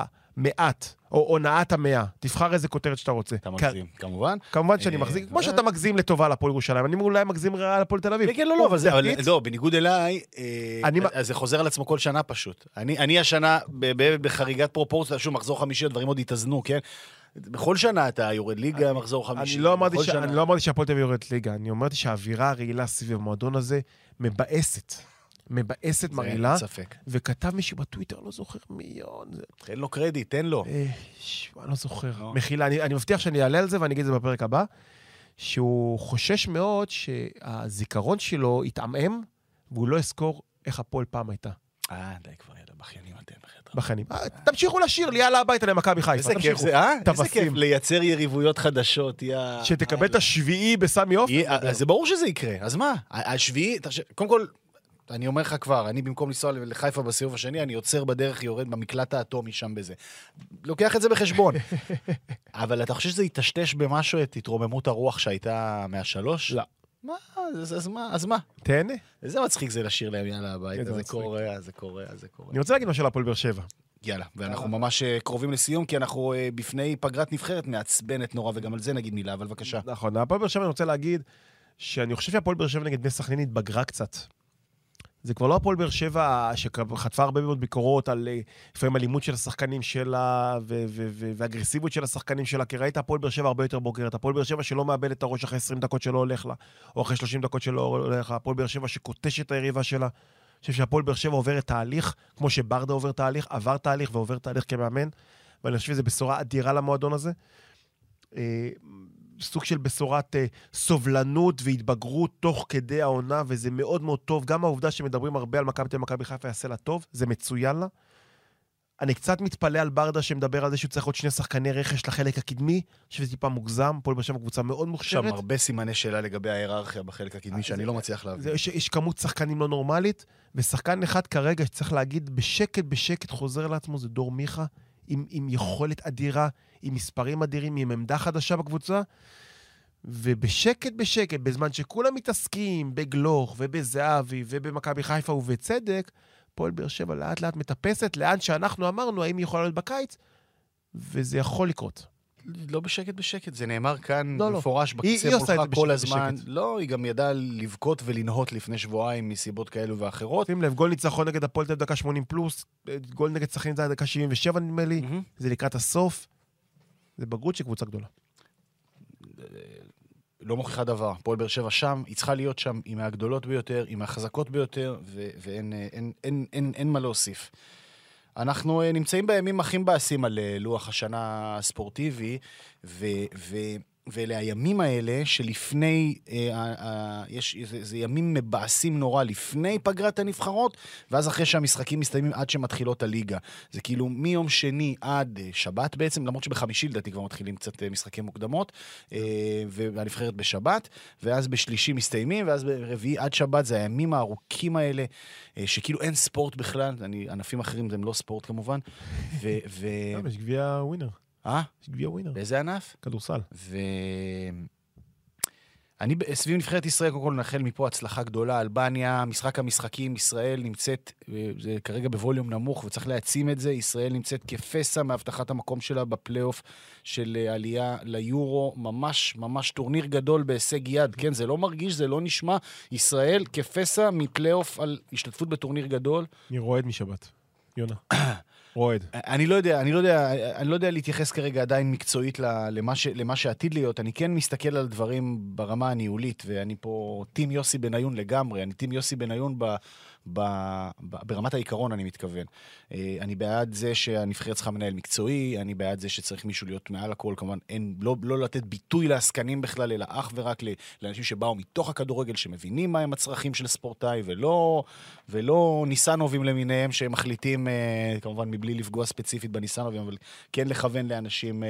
המאת, או הונאת המאה. תבחר איזה כותרת שאתה רוצה. אתה מגזים, כמובן. כמובן שאני אה, מחזיק, כמו אה. שאתה מגזים לטובה לפועל ירושלים, אני אולי מגזים רעה לפועל תל אביב. כן, כן, לא, לא, אבל זה, אבל עובדתית, לא, בניגוד אליי, אה, אני- אז זה חוזר על עצמו כל שנה פשוט. אני אני השנה, ב- ב- בחריגת פרופורציה, שוב, מחזור חמישי, הדברים עוד התאזנו, כן? בכל שנה אתה יורד ליגה, מחזור חמישי. אני לא אמרתי בכל ש- שנה. אני לא אמרתי שהפועל תל אביב יורדת ליגה, אני אמרתי שהאווירה הרעילה סביב המועדון הזה מבאסת. מבאסת זה מרעילה, אין ספק. וכתב מישהו בטוויטר, לא זוכר מי יון, זה... תן לו קרדיט, תן לו. אה, ש- אני לא זוכר. לא. מחילה, אני, אני מבטיח שאני אעלה על זה ואני אגיד את זה בפרק הבא, שהוא חושש מאוד שהזיכרון שלו יתעמם, והוא לא יזכור איך הפועל פעם הייתה. אה, די כבר, יאללה, בכיינים אתם, בחדר. בחנים. אה, תמשיכו לשיר לי, יאללה הביתה למכבי חיפה. איזה כיף תמשיכו. זה, אה? איזה טווסים. כיף לייצר יריבויות חדשות, יא... שתקבל את השביעי בסמי עופר. יהיה- אז זה ברור שזה יקרה, אז מה? ה- השביעי, תחשב- קודם כל, אני אומר לך כבר, אני במקום לנסוע לחיפה בסיבוב השני, אני עוצר בדרך, יורד במקלט האטומי שם בזה. לוקח את זה בחשבון. אבל אתה חושב שזה יטשטש במשהו את התרוממות הרוח שהייתה מהשלוש? לא. מה? אז אז מה? אז מה? תהנה. איזה מצחיק זה לשיר להם יאללה הביתה, איזה זה מצחיק. קורה, זה קורה, זה קורה. אני רוצה להגיד משהו על הפועל באר שבע. יאללה, ואנחנו ממש אה, קרובים לסיום, כי אנחנו אה, בפני פגרת נבחרת מעצבנת נורא, וגם על זה נגיד מילה, אבל בבקשה. נכון, הפועל באר שבע אני רוצה להגיד שאני חושב שהפועל באר שבע נגד בני סכנין התבגרה קצת. זה כבר לא הפועל באר שבע שחטפה הרבה מאוד ביקורות על אה, לפעמים אלימות של השחקנים שלה ו- ו- ו- ואגרסיביות של השחקנים שלה, כי ראית הפועל באר שבע הרבה יותר בוגרת, הפועל באר שבע שלא מאבד את הראש אחרי עשרים דקות שלא הולך לה, או אחרי שלושים דקות שלא הולך לה, הפועל באר שבע שקוטש את היריבה שלה. אני חושב שהפועל באר שבע עוברת תהליך, כמו שברדה עובר תהליך, עבר תהליך ועובר תהליך כמאמן, ואני חושב שזו בשורה אדירה למועדון הזה. אה, סוג של בשורת אה, סובלנות והתבגרות תוך כדי העונה, וזה מאוד מאוד טוב. גם העובדה שמדברים הרבה על מכבי תל אביב, מכבי חיפה יעשה לה טוב, זה מצוין לה. אני קצת מתפלא על ברדה שמדבר על זה שהוא צריך עוד שני שחקני רכש לחלק הקדמי, אני חושב שזה טיפה מוגזם, פועל באר שבע קבוצה מאוד שם מוכשרת. הרבה סימני שאלה לגבי ההיררכיה בחלק הקדמי, שאני לא מצליח זה, להבין. יש, יש כמות שחקנים לא נורמלית, ושחקן אחד כרגע שצריך להגיד בשקט בשקט חוזר לעצמו, זה דור מיכה, עם, עם יכולת אדירה, עם מספרים אדירים, עם עמדה חדשה בקבוצה, ובשקט בשקט, בזמן שכולם מתעסקים בגלוך ובזהבי ובמכבי חיפה ובצדק, פועל באר שבע לאט לאט מטפסת, לאן שאנחנו אמרנו, האם היא יכולה להיות בקיץ, וזה יכול לקרות. לא בשקט בשקט, זה נאמר כאן לא, לא. מפורש היא- בקצה היא עושה מולך את זה כל בשקט הזמן. בשקט. לא, היא גם ידעה לבכות ולנהות לפני שבועיים מסיבות כאלו ואחרות. שים לב, גול ניצחון נגד הפועל תל אביב דקה שמונים פלוס, גול נגד סכנין זה דקה שבעים ושבע נדמה לי, מהמם. זה לקראת הסוף, זה בגרות של קבוצה גדולה. לא מוכיחה דבר. פועל באר שבע שם, היא צריכה להיות שם עם מהגדולות ביותר, עם החזקות ביותר, ו- ואין אין, אין, אין, אין מה להוסיף. אנחנו אה, נמצאים בימים הכי מבאסים על אה, לוח השנה הספורטיבי, ו... ו- ואלה הימים האלה שלפני, אה, אה, אה, יש, זה, זה ימים מבאסים נורא לפני פגרת הנבחרות, ואז אחרי שהמשחקים מסתיימים עד שמתחילות הליגה. זה כאילו מיום שני עד אה, שבת בעצם, למרות שבחמישי לדעתי כבר מתחילים קצת אה, משחקים מוקדמות, אה, והנבחרת בשבת, ואז בשלישי מסתיימים, ואז ברביעי עד שבת, זה הימים הארוכים האלה, אה, שכאילו אין ספורט בכלל, אני, ענפים אחרים זה לא ספורט כמובן, ו... ו... יש גביע ווינר. אה? יש גביע ווינר. באיזה ענף? כדורסל. ואני סביב נבחרת ישראל, קודם כל נחל מפה הצלחה גדולה, אלבניה, משחק המשחקים, ישראל נמצאת, זה כרגע בווליום נמוך, וצריך להעצים את זה, ישראל נמצאת כפסע מהבטחת המקום שלה בפלייאוף של עלייה ליורו, ממש ממש טורניר גדול בהישג יד, כן, זה לא מרגיש, זה לא נשמע, ישראל כפסע מפלייאוף על השתתפות בטורניר גדול. אני רועד משבת. יונה. רועד. אני לא יודע, אני לא יודע, אני לא יודע להתייחס כרגע עדיין מקצועית למה ש, למה שעתיד להיות. אני כן מסתכל על דברים ברמה הניהולית, ואני פה טים יוסי בניון לגמרי. אני טים יוסי בניון ב, ב, ב, ברמת העיקרון, אני מתכוון. אני בעד זה שהנבחרת צריכה מנהל מקצועי, אני בעד זה שצריך מישהו להיות מעל הכל, כמובן, אין, לא, לא לתת ביטוי לעסקנים בכלל, אלא אך ורק לאנשים שבאו מתוך הכדורגל, שמבינים מהם הצרכים של ספורטאי, ולא, ולא ניסנובים למיניהם שהם מחליטים, כמובן, מבלי לפגוע ספציפית בניסנובים, אבל כן לכוון לאנשים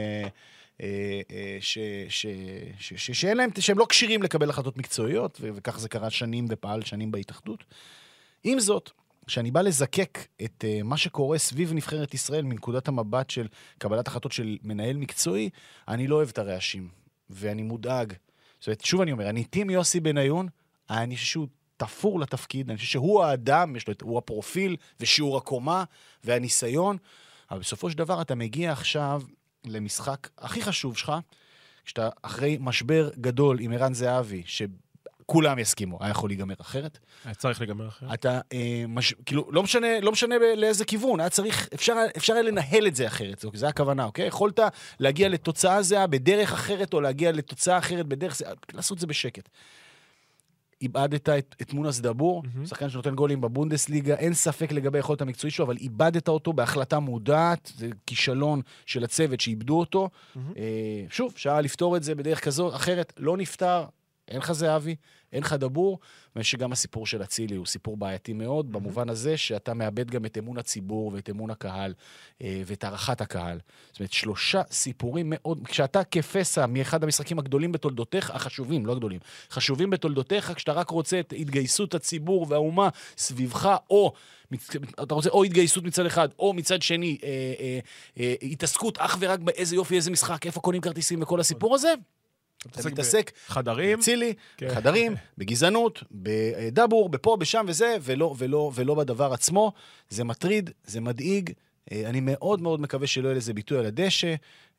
שאין להם, שהם לא קשירים לקבל החלטות מקצועיות, וכך זה קרה שנים ופעל שנים בהתאחדות. עם זאת, כשאני בא לזקק את uh, מה שקורה סביב נבחרת ישראל מנקודת המבט של קבלת החלטות של מנהל מקצועי, אני לא אוהב את הרעשים, ואני מודאג. זאת אומרת, שוב אני אומר, אני טים יוסי בניון, אני חושב שהוא תפור לתפקיד, אני חושב שהוא האדם, יש לו, הוא הפרופיל ושיעור הקומה והניסיון, אבל בסופו של דבר אתה מגיע עכשיו למשחק הכי חשוב שלך, כשאתה אחרי משבר גדול עם ערן זהבי, ש... כולם יסכימו, היה יכול להיגמר אחרת. היה צריך להיגמר אחרת. אתה, אה, מש, כאילו, לא משנה, לא משנה לאיזה כיוון, היה צריך, אפשר, אפשר היה לנהל את זה אחרת, זה, זה הכוונה, אוקיי? יכולת להגיע לתוצאה זהה בדרך אחרת, או להגיע לתוצאה אחרת בדרך זה, לעשות את זה בשקט. איבדת את, את מונס דבור, mm-hmm. שחקן שנותן גולים בבונדסליגה, אין ספק לגבי יכולת המקצועית שלו, אבל איבדת אותו בהחלטה מודעת, זה כישלון של הצוות שאיבדו אותו. Mm-hmm. אה, שוב, שעה לפתור את זה בדרך כזו, אחרת לא נפתר, אין לך זהבי, אין לך דבור, ושגם הסיפור של הצילי הוא סיפור בעייתי מאוד, mm-hmm. במובן הזה שאתה מאבד גם את אמון הציבור ואת אמון הקהל אה, ואת הערכת הקהל. זאת אומרת, שלושה סיפורים מאוד, כשאתה כפסע מאחד המשחקים הגדולים בתולדותיך, החשובים, לא הגדולים, חשובים בתולדותיך, כשאתה רק רוצה את התגייסות הציבור והאומה סביבך, או אתה רוצה או התגייסות מצד אחד, או מצד שני, אה, אה, אה, התעסקות אך ורק באיזה יופי, איזה משחק, איפה קונים כרטיסים וכל הסיפור הזה, אתה מתעסק חדרים, צילי, חדרים, בגזענות, בדבור, בפה, בשם וזה, ולא, ולא, ולא בדבר עצמו. זה מטריד, זה מדאיג. אני מאוד מאוד מקווה שלא יהיה לזה ביטוי על הדשא,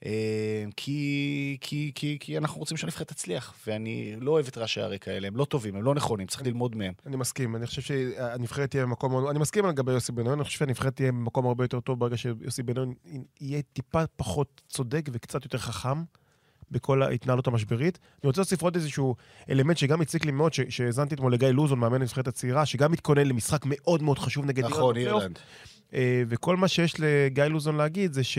כי, כי, כי, כי אנחנו רוצים שהנבחרת תצליח, ואני לא אוהב את ראשי הרקע האלה, הם לא טובים, הם לא נכונים, צריך ללמוד מהם. אני מסכים, אני חושב שהנבחרת תהיה במקום, אני מסכים לגבי יוסי בניון, אני חושב שהנבחרת תהיה במקום הרבה יותר טוב, ברגע שיוסי בניון יהיה טיפה פחות צודק וקצת יותר חכם, בכל ההתנהלות המשברית. אני רוצה להוסיף עוד איזשהו אלמנט שגם הציק לי מאוד, שהזנתי אתמול לגיא לוזון, מאמן הנבחרת הצעירה, שגם מתכונן למשחק מאוד מאוד חשוב נגד אירלנד. נכון, אירלנד. וכל מה שיש לגיא לוזון להגיד, זה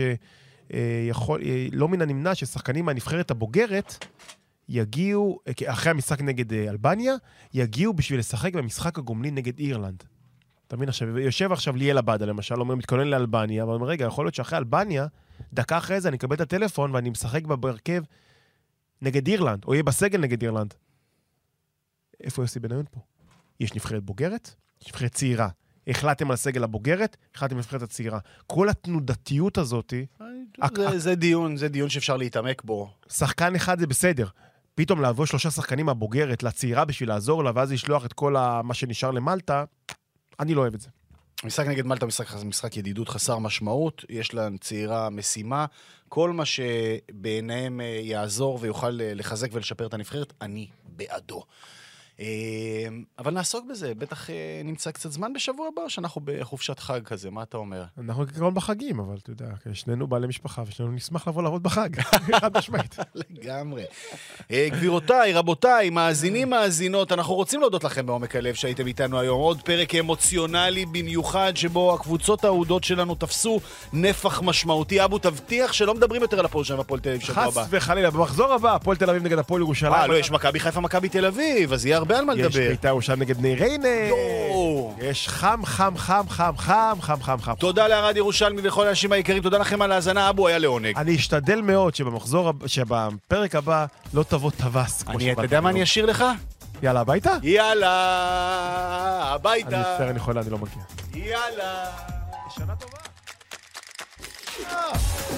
שלא מן הנמנע ששחקנים מהנבחרת הבוגרת, יגיעו, אחרי המשחק נגד אלבניה, יגיעו בשביל לשחק במשחק הגומלין נגד אירלנד. אתה מבין עכשיו, יושב עכשיו ליאל עבדה, למשל, אומר, מתכונן לאלבניה, אבל אומר, רגע, יכול להיות שאחרי אלבניה, דקה אחרי זה אני אקבל את הטלפון ואני משחק בהרכב נגד אירלנד, או יהיה בסגל נגד אירלנד. איפה יוסי בניון פה? יש נבחרת בוגרת, יש נבחרת צעירה. החלטתם על סגל הבוגרת, החלטתם על נבחרת הצעירה. כל התנודתיות הזאת... זה דיון, זה דיון שאפשר להתעמק בו. שחקן אחד זה בסדר. פתאום לעבור שלושה שחקנים הבוגרת לצעירה בשביל לעזור לה, ואז לשלוח את כל מה שנשאר למלטה, אני לא אוהב את זה. משחק נגד מלטה, משחק, משחק ידידות חסר משמעות, יש לה צעירה משימה, כל מה שבעיניהם יעזור ויוכל לחזק ולשפר את הנבחרת, אני בעדו. אבל נעסוק בזה, בטח נמצא קצת זמן בשבוע הבא, שאנחנו בחופשת חג כזה, מה אתה אומר? אנחנו כגרון בחגים, אבל אתה יודע, שנינו בעלי משפחה, ושנינו נשמח לבוא לעבוד בחג, חד משמעית. לגמרי. גבירותיי, רבותיי, מאזינים, מאזינות, אנחנו רוצים להודות לכם בעומק הלב שהייתם איתנו היום, עוד פרק אמוציונלי במיוחד, שבו הקבוצות האהודות שלנו תפסו נפח משמעותי. אבו, תבטיח שלא מדברים יותר על הפועל שם, הפועל תל אביב שבוע הבא. חס וחלילה, במחזור הבא, הפועל תל אביב נגד הפועל ירושלים. אה, לא, יש מכבי חיפה, מכבי תל אביב, אז יהיה הרבה על מה לדבר. יש בית"ר ירושלים נגד בני ריינה. יש חם, חם, חם, חם, חם, חם, חם, חם. תודה לערד ירושלמי וכל האנשים היקרים, תודה לכם על ההאזנה, אבו, היה לעונג. אני אשתדל מאוד שבמחזור, שבפרק הבא לא תבוא טווס. אני, אתה יודע מה אני אשאיר לך? יאללה, הביתה? יאללה, הביתה. אני מצטער, אני חולה, אני לא מגיע. יאללה. שנה טובה.